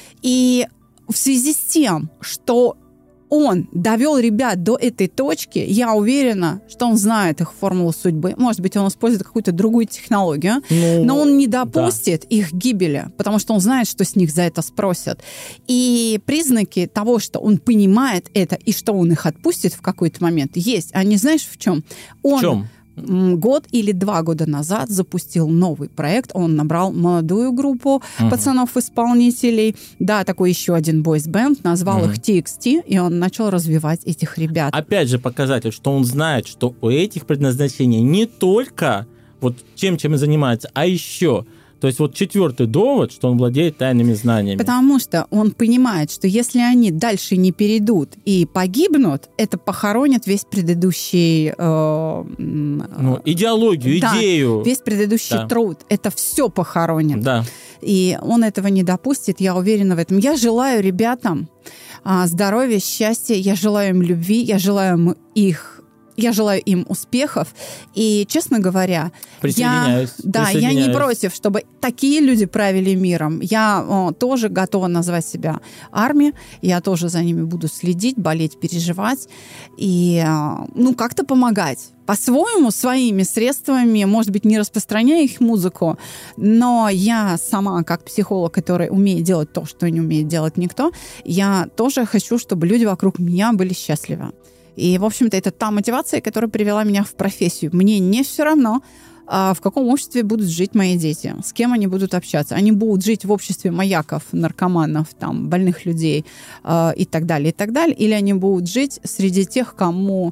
И в связи с тем, что он довел ребят до этой точки, я уверена, что он знает их формулу судьбы. Может быть, он использует какую-то другую технологию, ну, но он не допустит да. их гибели, потому что он знает, что с них за это спросят. И признаки того, что он понимает это и что он их отпустит в какой-то момент, есть. А не знаешь в чем? Он... В чем? Год или два года назад запустил новый проект. Он набрал молодую группу uh-huh. пацанов-исполнителей. Да, такой еще один бойс-бенд. Назвал uh-huh. их ти экс ти, и он начал развивать этих ребят. Опять же показатель, что он знает, что у этих предназначений не только вот чем, чем и занимается, а еще... То есть вот четвертый довод, что он владеет тайными знаниями. Потому что он понимает, что если они дальше не перейдут и погибнут, это похоронит весь предыдущий... Э, ну, идеологию, да, идею. Весь предыдущий да. труд. Это все похоронит. Да. И он этого не допустит, я уверена в этом. Я желаю ребятам здоровья, счастья, я желаю им любви, я желаю им их... Я желаю им успехов. И, честно говоря, присоединяюсь, я, да, я не против, чтобы такие люди правили миром. Я о, тоже готова назвать себя армией. Я тоже за ними буду следить, болеть, переживать. И ну, как-то помогать. По-своему, своими средствами, может быть, не распространяя их музыку, но я сама, как психолог, который умеет делать то, что не умеет делать никто, я тоже хочу, чтобы люди вокруг меня были счастливы. И, в общем-то, это та мотивация, которая привела меня в профессию. Мне не все равно, в каком обществе будут жить мои дети, с кем они будут общаться. Они будут жить в обществе маяков, наркоманов, там, больных людей и так далее, и так далее. Или они будут жить среди тех, кому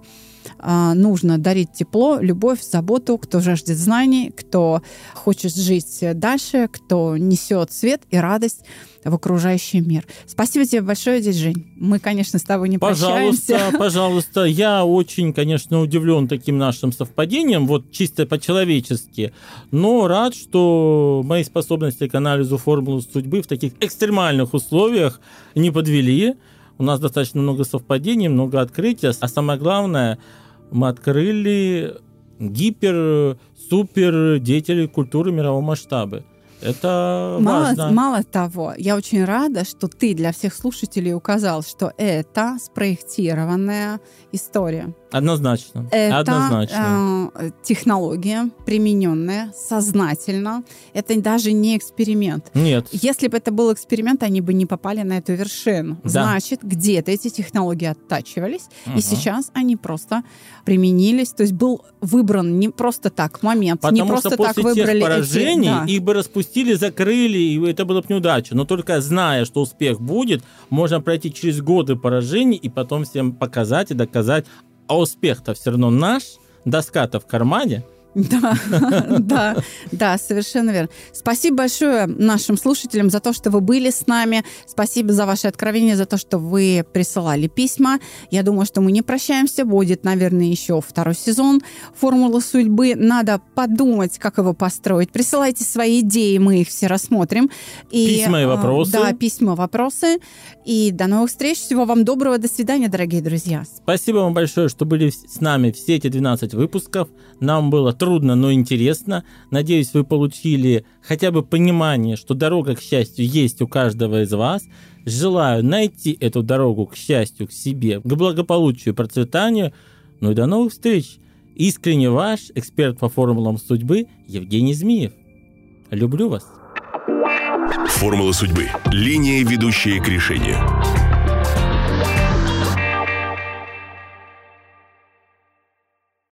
нужно дарить тепло, любовь, заботу, кто жаждет знаний, кто хочет жить дальше, кто несет свет и радость в окружающий мир. Спасибо тебе большое, дядя Жень. Мы, конечно, с тобой не пожалуйста, прощаемся. Пожалуйста, я очень, конечно, удивлен таким нашим совпадением, вот чисто по-человечески, но рад, что мои способности к анализу формулы судьбы в таких экстремальных условиях не подвели. У нас достаточно много совпадений, много открытий, а самое главное, мы открыли гипер-супер деятелей культуры мирового масштаба. Это Мало, важно. мало того, я очень рада, что ты для всех слушателей указал, что это спроектированная история. Однозначно. Это Однозначно. э, технология, примененная сознательно. Это даже не эксперимент. Нет. Если бы это был эксперимент, они бы не попали на эту вершину. Да. Значит, где-то эти технологии оттачивались, Ага. и сейчас они просто применились. То есть был выбран не просто так момент, Потому не просто что так после выбрали тех поражений эти... Да. их бы распустили, закрыли, и это было бы неудача. Но только зная, что успех будет, можно пройти через годы поражений и потом всем показать и доказать, а успех-то все равно наш, доска-то в кармане. Да, да, да, совершенно верно. Спасибо большое нашим слушателям за то, что вы были с нами. Спасибо за ваши откровения, за то, что вы присылали письма. Я думаю, что мы не прощаемся. Будет, наверное, еще второй сезон «Формулы судьбы». Надо подумать, как его построить. Присылайте свои идеи, мы их все рассмотрим. И, Письма и вопросы. Да, письма, вопросы. И до новых встреч. Всего вам доброго. До свидания, дорогие друзья. Спасибо вам большое, что были с нами все эти двенадцать выпусков. Нам было трудно, но интересно. Надеюсь, вы получили хотя бы понимание, что дорога к счастью есть у каждого из вас. Желаю найти эту дорогу к счастью, к себе, к благополучию и процветанию. Ну и до новых встреч. Искренне ваш эксперт по формулам судьбы Евгений Змеев. Люблю вас. Формула судьбы. Линия, ведущая к решению.